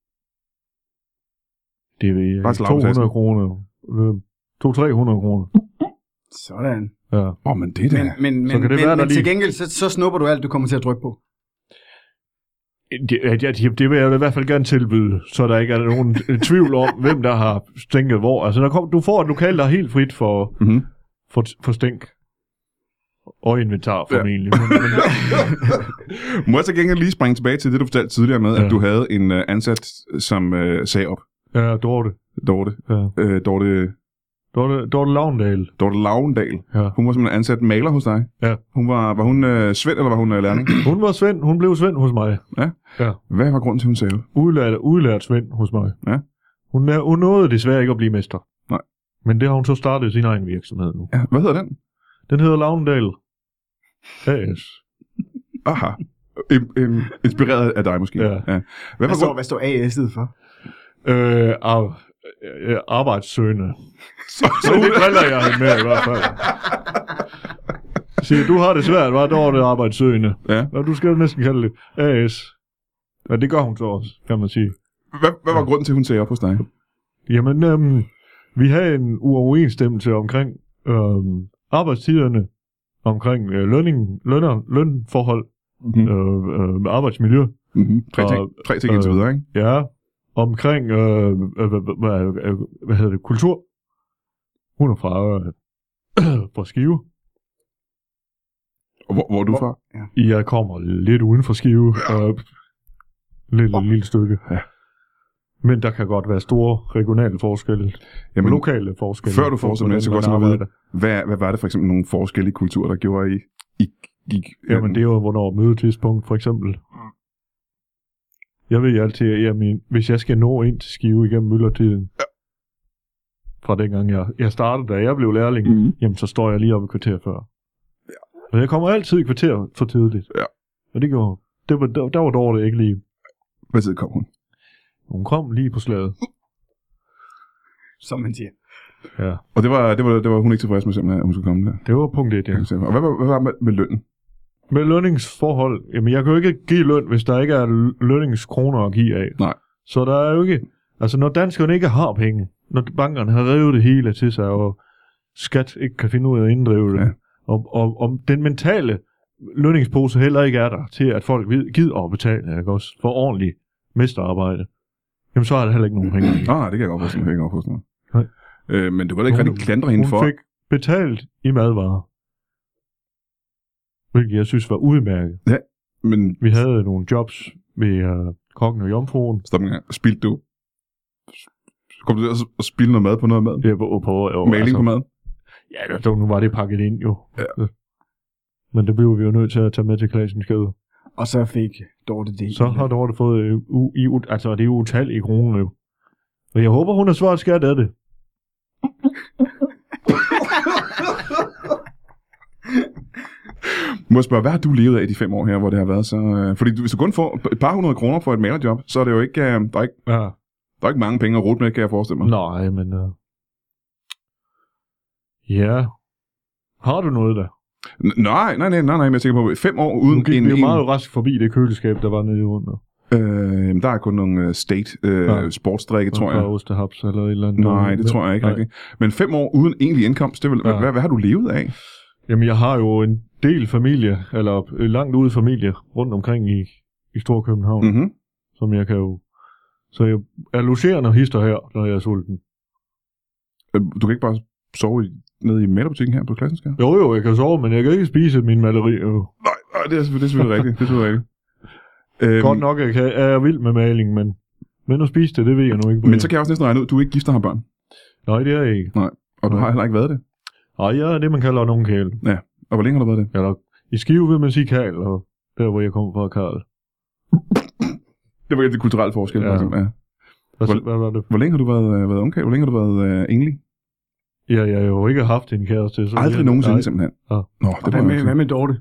Det er Bare to hundrede kroner. to til tre hundrede kroner. Sådan. Ja. Åh, oh, men det er da... Men, men, Så kan men, det være, men, der men lige- til gengæld, så, så snupper du alt, du kommer til at trykke på. Det, ja, det, det vil jeg i hvert fald gerne tilbyde, så der ikke er nogen tvivl om, hvem der har stænket hvor. Altså, der kom, du får et lokal, der er helt frit for, Mm-hmm. for, for stænk. Og inventar, formentlig. Ja. Men, men, Må jeg så gengæld lige springe tilbage til det, du fortalte tidligere med, ja. Ja. at du havde en uh, ansat, som uh, sagde op. ja, Dorte. Dorte. Ja. Uh, Dorte, Dorte, Dorte Lavndal. Dorte Lavendal. Ja. Hun var simpelthen ansat maler hos dig. Ja. Hun var, var hun uh, Svend, eller var hun uh, lærling? Hun var Svend. Hun blev Svend hos mig. Ja. Ja. Hvad var grunden til, hun sagde op? Udlært, udlært Svend hos mig. Ja. Hun, er, hun nåede desværre ikke at blive mester. Nej. Men det har hun så startet sin egen virksomhed nu. Ja, hvad hedder den? Den hedder Lavndal A S. Aha. Im, im, inspireret af dig måske. Ja. ja. Hvad Hvad var står, grund... hvad står A S'et for? Øh, ar, øh, arbejdssøgende. Så, Så det driller jeg hende med i hvert fald. Siger, du har det svært, hva'? Der var det arbejdssøgende. Ja. Og du skal jo næsten kalde det A S. Ja, det gør hun så også, kan man sige. Hvad, hvad var grunden til, at hun sagde op hos dig? Jamen, øhm, vi havde en uoverensstemmelse omkring øhm, arbejdstiderne, omkring øh, lønning, lønner, lønforhold, Mm-hmm. øh, øh, arbejdsmiljø. Mm-hmm. Tre ting, Og, tre ting indtil øh, videre, ikke? Ja, omkring, øh, øh, hvad, hvad, øh, hvad hedder det, kultur. Hun er fra, øh, fra Skive. Og hvor, hvor er du fra? Jeg kommer lidt uden for Skive. Øh, lidt, et lille stykke. Ja. Men der kan godt være store regionale forskelle. Jamen, Lokale forskelle. før du fortsætter med det, så godt hvordan tænke man mig at vide, hvad, hvad var det for eksempel nogle forskellige kulturer, der gjorde, I, I gik... Jamen, det er jo, hvornår mødetidspunkt, for eksempel. Jeg ved altid, at jamen, hvis jeg skal nå ind til Skive igennem myldretiden, Ja. fra dengang jeg, jeg startede, da jeg blev lærling, Mm. jamen, så står jeg lige oppe i kvarter før. Ja. Og jeg kommer altid i kvarter for tidligt. Ja. Og det gjorde, det var, der, der var Dorte ikke lige. Hvad tid kom hun? Hun kom lige på slaget. Som man siger. Ja. Og det var, det var, det var hun ikke tilfreds med, simpelthen, at hun skulle komme der. Det var punkt et, ja. Og hvad, hvad, hvad var med, med lønnen? Med lønningsforhold, jamen jeg kan jo ikke give løn, hvis der ikke er lønningskroner at give af. Nej. Så der er jo ikke, altså når danskerne ikke har penge, når bankerne har revet det hele til sig, og skat ikke kan finde ud af at inddrive det, Ja. og, og, og den mentale lønningspose heller ikke er der til, at folk ved- gider at betale, ikke også, for ordentligt mesterarbejde, jamen så er der heller ikke nogen penge. Nej, det kan jeg godt forstå. Det kan jeg godt forstå. Nej. Øh, men du kan da ikke Hun- rigtig klandre hende Hun for... fik betalt i madvarer, hvilket jeg synes var udmærket. Men Vi havde nogle jobs ved uh, Kokken og Jomfruen. stop en gang. Spildte du... Kom du der og spilde noget mad på noget mad? Det var på, jo, Maling på mad? Ja, der, nu var det pakket ind jo. Ja. Men det blev vi jo nødt til at tage med til klassen skade. Og så fik Dorte det. Så har Dorte fået, øh, u, i, u, altså det er jo utallige kroner jo. Og jeg håber, hun har svaret skat af det. Må jeg spørge, hvad har du levet af i de fem år her, hvor det har været så... Øh, fordi du, hvis du kun får et par hundrede kroner for et malerjob, så er det jo ikke... Øh, der, er ikke Ja. der er ikke mange penge at rute med, kan jeg forestille mig. Nej, men... Uh... Ja. Har du noget der? N- nej, nej, nej, nej, nej, men jeg er sikker på, fem år uden Nu gik en... vi jo en meget rask forbi det køleskab, der var nede under. øh, jamen, der er kun nogle uh, state øh, Ja. sportsdrikke, tror jeg. Og Osterhaps eller et eller andet. Nej, det tror jeg ikke Nej. rigtigt. Men fem år uden egentlig indkomst, det vil, Ja. hvad, hvad har du levet af? Jamen, jeg har jo en del familie, eller øh, langt ude familie, rundt omkring i, i Storkøbenhavn, mm. Mm-hmm. som jeg kan jo... Så jeg er logerende hister her, når jeg er sulten. Du kan ikke bare sove i, nede i malerbutikken her på Klassenskade? Jo, jo, jeg kan sove, men jeg kan ikke spise min maleri. Jo. Nej, nej, det er selvfølgelig, det er selvfølgelig rigtigt. Det er selvfølgelig rigtigt. Øhm, Godt nok jeg kan, er jeg vild med maling, men, men at spise det, det ved jeg nu ikke. Men så kan jeg også næsten regne ud, at du er ikke gift og har børn. Nej, det er jeg ikke. Og du Nej. har heller ikke været det. Nej, jeg er det, man kalder nogen kæle. Og hvor længe har du været det? Eller, i Skive vil man sige Karl, og der, hvor jeg kommer fra, Karl. Det var det kulturelle forskel. Ja. Ja. Ja. Hvad, Hvor- hvad var det? Hvor længe har du været, øh, været ungkald? Hvor længe har du været øh, enlig? Ja, jeg har jo ikke haft en kæreste. Så Aldrig jeg, nogensinde, nej. simpelthen? Ja. Nå, det hvad, var med, hvad med Dorte?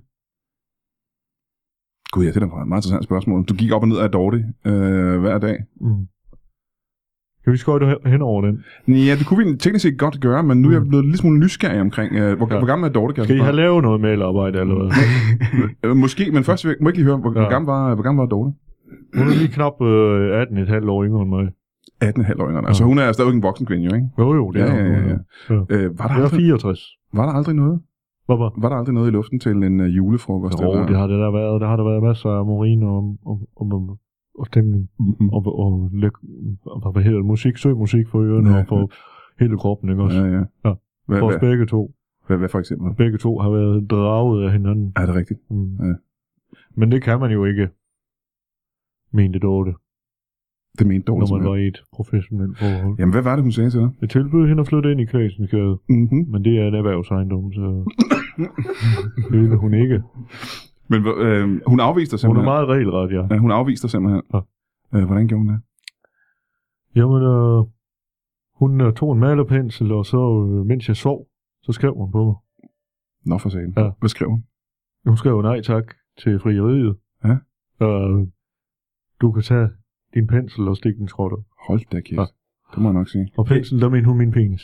Gud, ja, det er da et meget interessant spørgsmål. Du gik op og ned af Dorte øh, hver dag. Mm. Kan vi skøjte hen over den? Ja, det kunne vi teknisk set godt gøre, men nu er jeg blevet lidt smule nysgerrig omkring, øh, hvor, Ja. hvor gammel er Dorte, kan jeg Skal I spørge? have lavet noget mailarbejde, eller hvad? Øh, Måske, men først vil jeg, må jeg ikke lige høre, hvor, Ja. hvor, gammel var, hvor gammel var Dorte? Hun er lige knap øh, atten komma fem år yngre end mig. atten komma fem år yngre. Altså hun er stadigvæk en voksen kvinde, jo, ikke? Jo, jo, det Ja, er ja, ja, ja. ja. Øh, var, der Jeg er aldrig, fireogtres. var der aldrig noget? Hvorfor? Var der aldrig noget i luften til en uh, julefrokost? Jo, eller? det har det der været. Der har der været masser af morin og, og, og, og stemning. Mm-hmm. Og, og, læk- og hvad hedder det? Musik, søg musik for ørerne Ja, og for hele kroppen, ikke også? Ja, ja. Ja. Hvad, For os hvad, begge to. hvad, hvad for eksempel? Begge to har været draget af hinanden. Er det rigtigt? Mm. Ja. Men det kan man jo ikke, mente Dorte, Det mente Dorte når man simpelthen. var i et professionelt forhold. Jamen, hvad var det, hun sagde til dig? Jeg tilbød hende at flytte ind i Klæsensgade, Mm-hmm. men det er en erhvervsejendom, så det ville hun ikke. Men øh, hun afviste dig Hun er simpelthen? meget regelret, ja. Ja, hun afviste dig simpelthen? Ja. Øh, hvordan gjorde hun det? Jamen, øh, hun øh, tog en malerpensel, og så, øh, mens jeg sov, så skrev hun på mig. Nå for sagen. Ja. Hvad skrev hun? Hun skrev nej tak til frieriet. Ja. Øh, du kan tage din pensel og stikke den skråt op. Hold da kæft. Ja. Det må jeg nok sige. Og pensel, der mente hun min penis.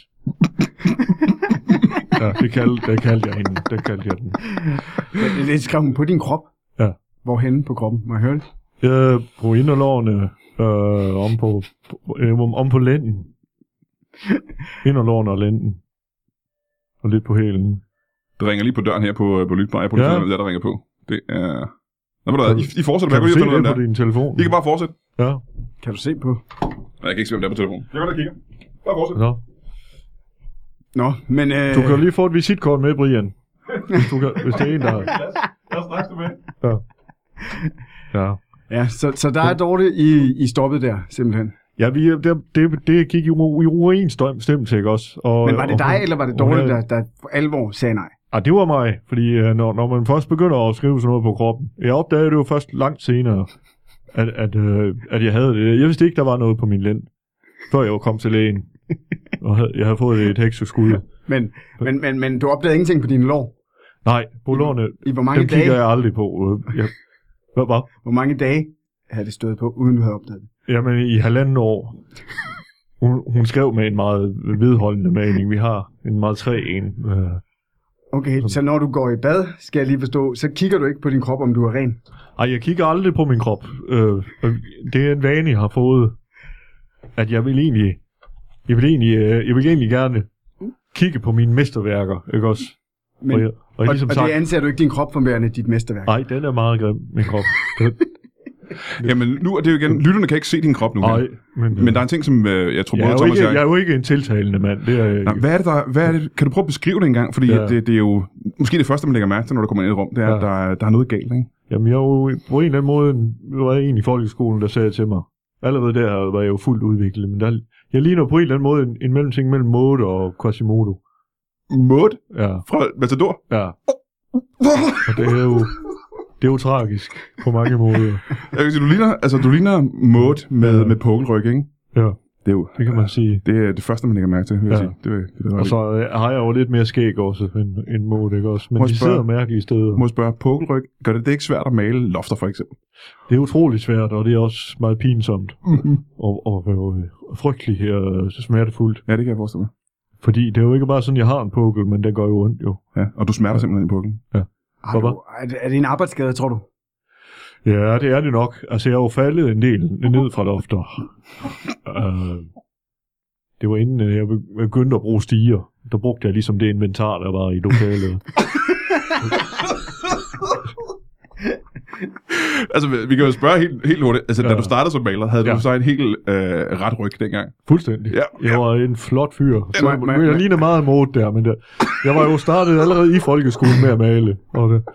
Ja, det kaldte, det kaldte jeg hende. Det kaldte jeg den. Det, det skrev hun på din krop. Ja. Hvorhenne på kroppen? Må jeg høre det? Øh, på inderlårene, øh, om på, på øh, om på lænden. Inderlårene og lænden. Og lidt på hælen. Det ringer lige på døren her på, på Lytbar. Jeg på Ja. ja. der, der ringer på. Det er... Nå, ved du hvad, I, I fortsætter. Kan du Jeg se kan lige det finde på din telefon? I kan bare fortsætte. Ja. Kan du se på? Nej, jeg kan ikke se, hvem der er på telefonen. Jeg går og kigger. Bare fortsæt. Nå. Nå, men... Øh, Du kan lige få et visitkort med, Brian. Hvis, du kan, hvis det er en, der... Jeg er straks tilbage. Ja. Ja. Ja, så, så der er Dorte i, i stoppet der, simpelthen. Ja, vi, det, det, det gik jo i uoverensstemmelse, ikke også? Og, Men var det og, dig, eller var det og- Dorte, og- der, der for alvor sagde nej? Ah, det var mig, fordi øh, når, når man først begynder at skrive sådan noget på kroppen, jeg opdagede det jo først langt senere, at, at, øh, at jeg havde det. Jeg vidste ikke, der var noget på min lænd, før jeg var kommet til lægen, og havde, jeg havde fået et hekseskud. Men, men, men, men du opdagede ingenting på dine lår? Nej, på lårene, I hvor mange dem kigger dage, jeg aldrig på. Øh, Jeg, hvad var? hvor mange dage havde det stået på, uden du havde opdaget det? Jamen, i halvanden år. Hun, hun skrev med en meget vedholdende maling. Vi har en meget træ en. Øh, Okay, så når du går i bad, skal jeg lige forstå, så kigger du ikke på din krop, om du er ren? Ej, jeg kigger aldrig på min krop. Øh, det er en vane, jeg har fået, at jeg vil egentlig, jeg vil egentlig, øh, jeg vil egentlig gerne kigge på mine mesterværker, ikke også? Men, og, jeg, og, og, ligesom og sagt, det anser du ikke din krop for værende dit mesterværk? nej, den er meget grim, min krop. Jamen, nu er det jo igen... Lytterne kan ikke se din krop nu. Nej, men, Men der er en ting, som øh, jeg tror jeg, både er jo Thomas ikke, og jeg jeg... er jo ikke en tiltalende mand. Det er, jeg ikke. Nej, hvad er det, der... Hvad er det, kan du prøve at beskrive det engang? Fordi Ja. ja. det, det er jo... Måske det første, man lægger mærke til, når du kommer ind i et rum, det er, Ja. at der, er- der er noget galt, ikke? Jamen, jeg var jo på en eller anden måde, der var en i folkeskolen, der sagde til mig, allerede der var jeg jo fuldt udviklet, men der, jeg ligner på en eller anden måde en, en mellemting mellem Mode og Quasimodo. Mode Ja, fra Matador. ja. Og det er jo, det er jo tragisk på mange måder. Jeg kan sige, du ligner, altså, du ligner Mode med, Ja. med pukkelryg, ikke? Ja, Det er jo... det kan man sige. Det er det første, man lægger mærke til, vil jeg Ja. sige. Det, er- det er Og så øh, har jeg jo lidt mere skæg også end, end Mode, ikke også? Men Må jeg de spørge- sidder mærkelige steder. Må jeg spørge, pukkelryg, gør det det ikke svært at male lofter, for eksempel? Det er utroligt svært, og det er også meget pinsomt. Mm-hmm. Og, og, og frygteligt her, smertefuldt. Ja, det kan jeg forestille mig. Fordi det er jo ikke bare sådan, jeg har en pukkel, men det gør jo ondt jo. Ja, og du smerter simpelthen i pukkelen. Har Hvad? du, er, det, er det en arbejdsskade, tror du? Ja, det er det nok. Altså, jeg er jo faldet en del ned fra lofter. uh, det var inden øh, jeg be- begyndte at bruge stiger. Der brugte jeg ligesom det inventar, der var i lokalet. Altså, vi- vi kan jo spørge helt, helt hurtigt. Altså, ja. da Ja. du startede som maler, havde Ja. du så en helt øh, ret ryg dengang? Fuldstændig. Ja, Jeg ja. var en flot fyr. Så, må- må- jeg, jeg ligner meget Mode der, men der, jeg var jo startet allerede i folkeskolen med at male. Og det.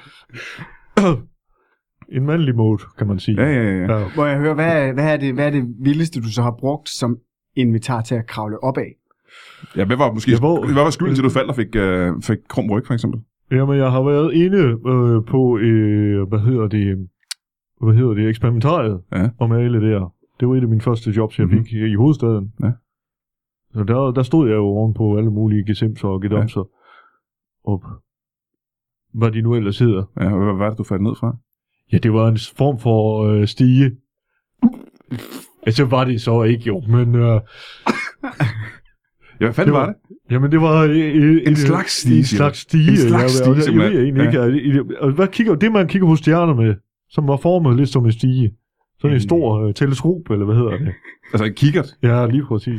En mandlig Mode, kan man sige. Ja, ja, ja. ja. Ja. Må jeg høre, hvad er, hvad, er det, hvad er det vildeste, du så har brugt som invitar til at kravle op af? Ja, hvad var måske Jeg var- hvad var skylden til, at du faldt og fik, øh, fik krum ryg, for eksempel? Jamen, jeg har været inde øh, på, øh, hvad hedder det, hvad hedder det, eksperimentariet Ja. og male der. Det var et af mine første jobs, jeg Mhm. fik i hovedstaden. Ja. Så der, der stod jeg jo ovenpå alle mulige gesimser og gedamser. Ja. Og hvad de nu ellers hedder. Ja, hvad var det, du faldt ned fra? Ja, det var en form for øh, stige. Ja, så var det så ikke jo, men... Øh, ja, hvad fanden det var, var det? Jamen, det var... Øh, en, en slags stige. En slags stige. En slags stige, jeg, jeg, simpelthen. jeg ved egentlig ikke. Ja. Og hvad kigger, det, man kigger på stjerner med, som var formet lidt som en stige. Sådan en stor øh, teleskop, eller hvad hedder det? Altså en kikkert? Ja, lige præcis.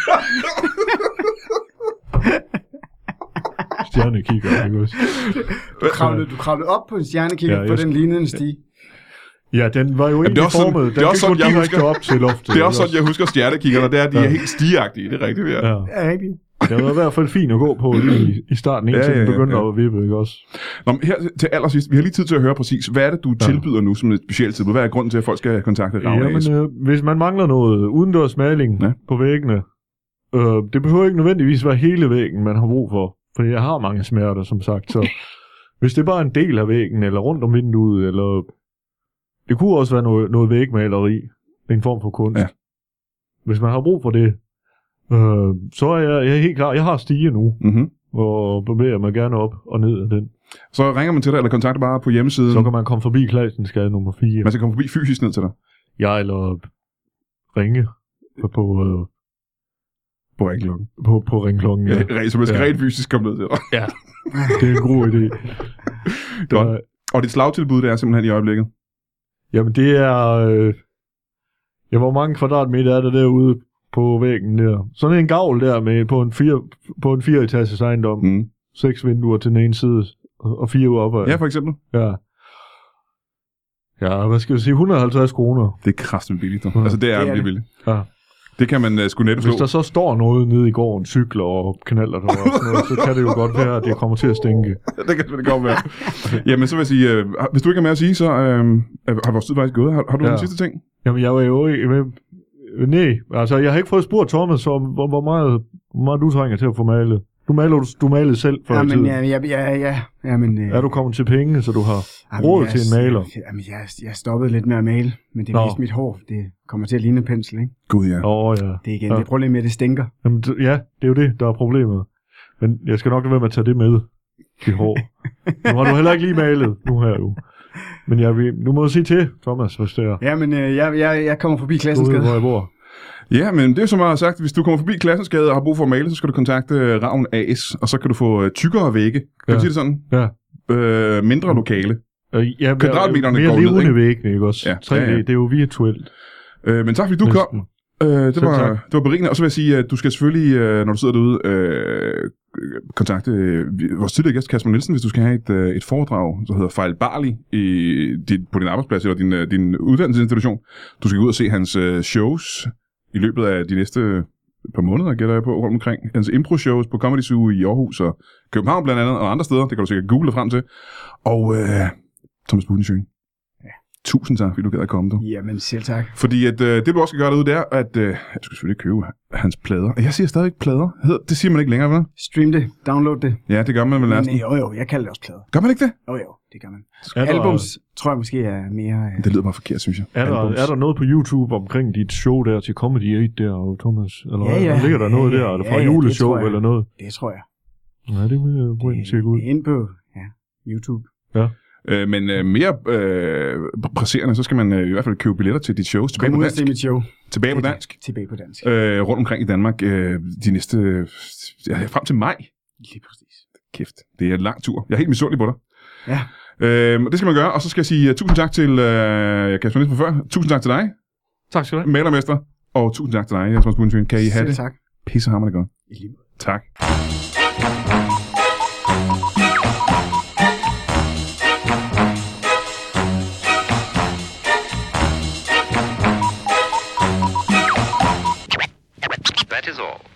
Stjernekigger, ikke også? Du kravlede, du kravlede op på en stjernekigger, ja, for den lignede en stige. Ja, den var jo egentlig formet. Den det er også sådan, jeg husker, op til loftet. Det er også sådan, jeg husker stjernekiggerne, det er, de ja. er helt stigeagtige, det er rigtigt, ja. Ja, ja rigtigt. Det var i hvert fald fint at gå på lige i starten, indtil ja, ja, ja, den begyndte ja. at vippe, ikke også? Nå, men her til allersidst, vi har lige tid til at høre præcis, hvad er det, du ja. tilbyder nu som et specielt tilbud? Hvad er grunden til, at folk skal kontakte Ravn A S? Jamen, øh, hvis man mangler noget udendørs maling ja. på væggene, øh, det behøver ikke nødvendigvis være hele væggen, man har brug for. Fordi jeg har mange smerter, som sagt, så hvis det er bare en del af væggen, eller rundt om vinduet, eller... Det kunne også være noget, noget vægmaleri, en form for kunst. Ja. Hvis man har brug for det, øh, så er jeg, jeg er helt klar. Jeg har stige nu, mm-hmm. og bevæger mig gerne op og ned af den. Så ringer man til dig, eller kontakter bare på hjemmesiden? Så kan man komme forbi Klassensgade nummer fire. Man skal komme forbi fysisk ned til dig? Ja, eller ringe på... Øh, På ringklokken. På, på ringklokken, ja. ja. Så man skal ja. rent fysisk komme ned til dig. Ja, det er en god idé. Der, og dit slagtilbud, det er simpelthen i øjeblikket? Jamen, det er... Øh, ja, hvor mange kvadratmeter er der derude på væggen der? Sådan en gavl der med på en fire, på en fireetages ejendom. Mm. Seks vinduer til den ene side, og fire ude oppe. Ja, for eksempel. Ja. Ja, hvad skal jeg sige? et hundrede og halvtreds kroner. Det er kraftigt billigt. Ja. Altså, det er virkelig billigt. Ja. Det kan man uh, sgu netop slå. Hvis der så står noget nede i gården, cykler og kanaler der og sådan noget, så kan det jo godt være, at det kommer til at stinke. Det kan det godt være. Jamen, så vil jeg sige, uh, hvis du ikke er med at sige, så uh, har vores tid faktisk gået. Har, har du ja. en sidste ting? Jamen, jeg var jo ikke... Nej, altså, jeg har ikke fået spurgt Thomas om, hvor, hvor, meget, hvor meget du trænger til at få malet. Du malede, du malede selv før i tiden. Ja, ja, ja, ja. Jamen, øh... er du kommet til penge, så du har jamen, råd jeg, til en maler? Jamen, jeg, jeg stoppede lidt med at male, men det er vist mit hår. Det kommer til at ligne en pensel, ikke? Gud, ja. Åh, oh, ja. Det er igen ja. det problem med, at det stinker. Jamen, ja, det er jo det, der er problemet. Men jeg skal nok lade være med at tage det med, dit hår. Nu har du heller ikke lige malet, nu her jo. Men jeg vil, nu må du sige til, Thomas, hvis det er. Ja, men øh, jeg, jeg, jeg kommer forbi Klassensgade. Du ved, hvor jeg bor. Ja, men det er som jeg har sagt, hvis du kommer forbi Klassensgade og har brug for at male, så skal du kontakte Ravn A S, og så kan du få tykkere vægge. Kan ja. du sige det sådan? Ja. Øh, mindre lokale. Øh, ja, kvadratmeterne mere går ned, ikke? Væggene, ikke også? Ja. tre D, ja, ja. Det er jo virtuelt. Øh, men tak fordi du Næsten. kom. Øh, det, var, det var berigende. Og så vil jeg sige, at du skal selvfølgelig, når du sidder derude, øh, kontakte øh, vores tidligere gæst, Kasper Nielsen, hvis du skal have et, øh, et foredrag, der hedder Fejlbarlig i, din, på din arbejdsplads eller din, øh, din uddannelsesinstitution. Du skal gå ud og se hans øh, shows i løbet af de næste par måneder, gætter jeg på, rundt omkring. Hans impro-shows på Comedy Zoo i Aarhus og København blandt andet, og andre steder. Det kan du sikkert google frem til. Og øh, Thomas Budensjøen. Ja. Tusind tak, fordi du gad at komme, du. Jamen, selv tak. Fordi at, øh, det, du også skal gøre derude, det er, at øh, jeg skal selvfølgelig købe hans plader. Jeg siger stadig ikke plader. Det siger man ikke længere, vel? Stream det. Download det. Ja, det gør man vel næsten. Jo, jo, jeg kalder det også plader. Gør man ikke det? Jo, jo, det gør man. Er Albums der, tror jeg måske er mere... Øh... Det lyder bare forkert, synes jeg. Er der, er der noget på YouTube omkring dit show der til Comedy otte der, og Thomas? Eller ja, ja. Ligger der noget der? Er det fra ja, ja, juleshow eller noget? Det tror jeg. Ja, det vil jeg gå ind og tjekke ud. Ind på ja, YouTube. Ja. Øh, men øh, mere øh, presserende, så skal man øh, i hvert fald købe billetter til dit shows. Tilbage på dansk. Mit show. Tilbage på dansk. Tilbage på dansk. Øh, rundt omkring i Danmark øh, de næste... Øh, ja, frem til maj. Lige præcis. Kæft, det er en lang tur. Jeg er helt misundelig på dig. Ja. Øh, det skal man gøre, og så skal jeg sige uh, tusind tak til... Uh, jeg kan spørge lidt før. Tusind tak til dig. Tak skal du have. Malermester. Og tusind tak til dig, Thomas Budensjøen. Kan I have det? Tak. Pissehammerende godt. I lige måde. Tak. That is all.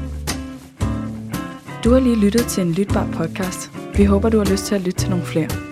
Du har lige lyttet til en lytbar podcast. Vi håber, du har lyst til at lytte til nogle flere.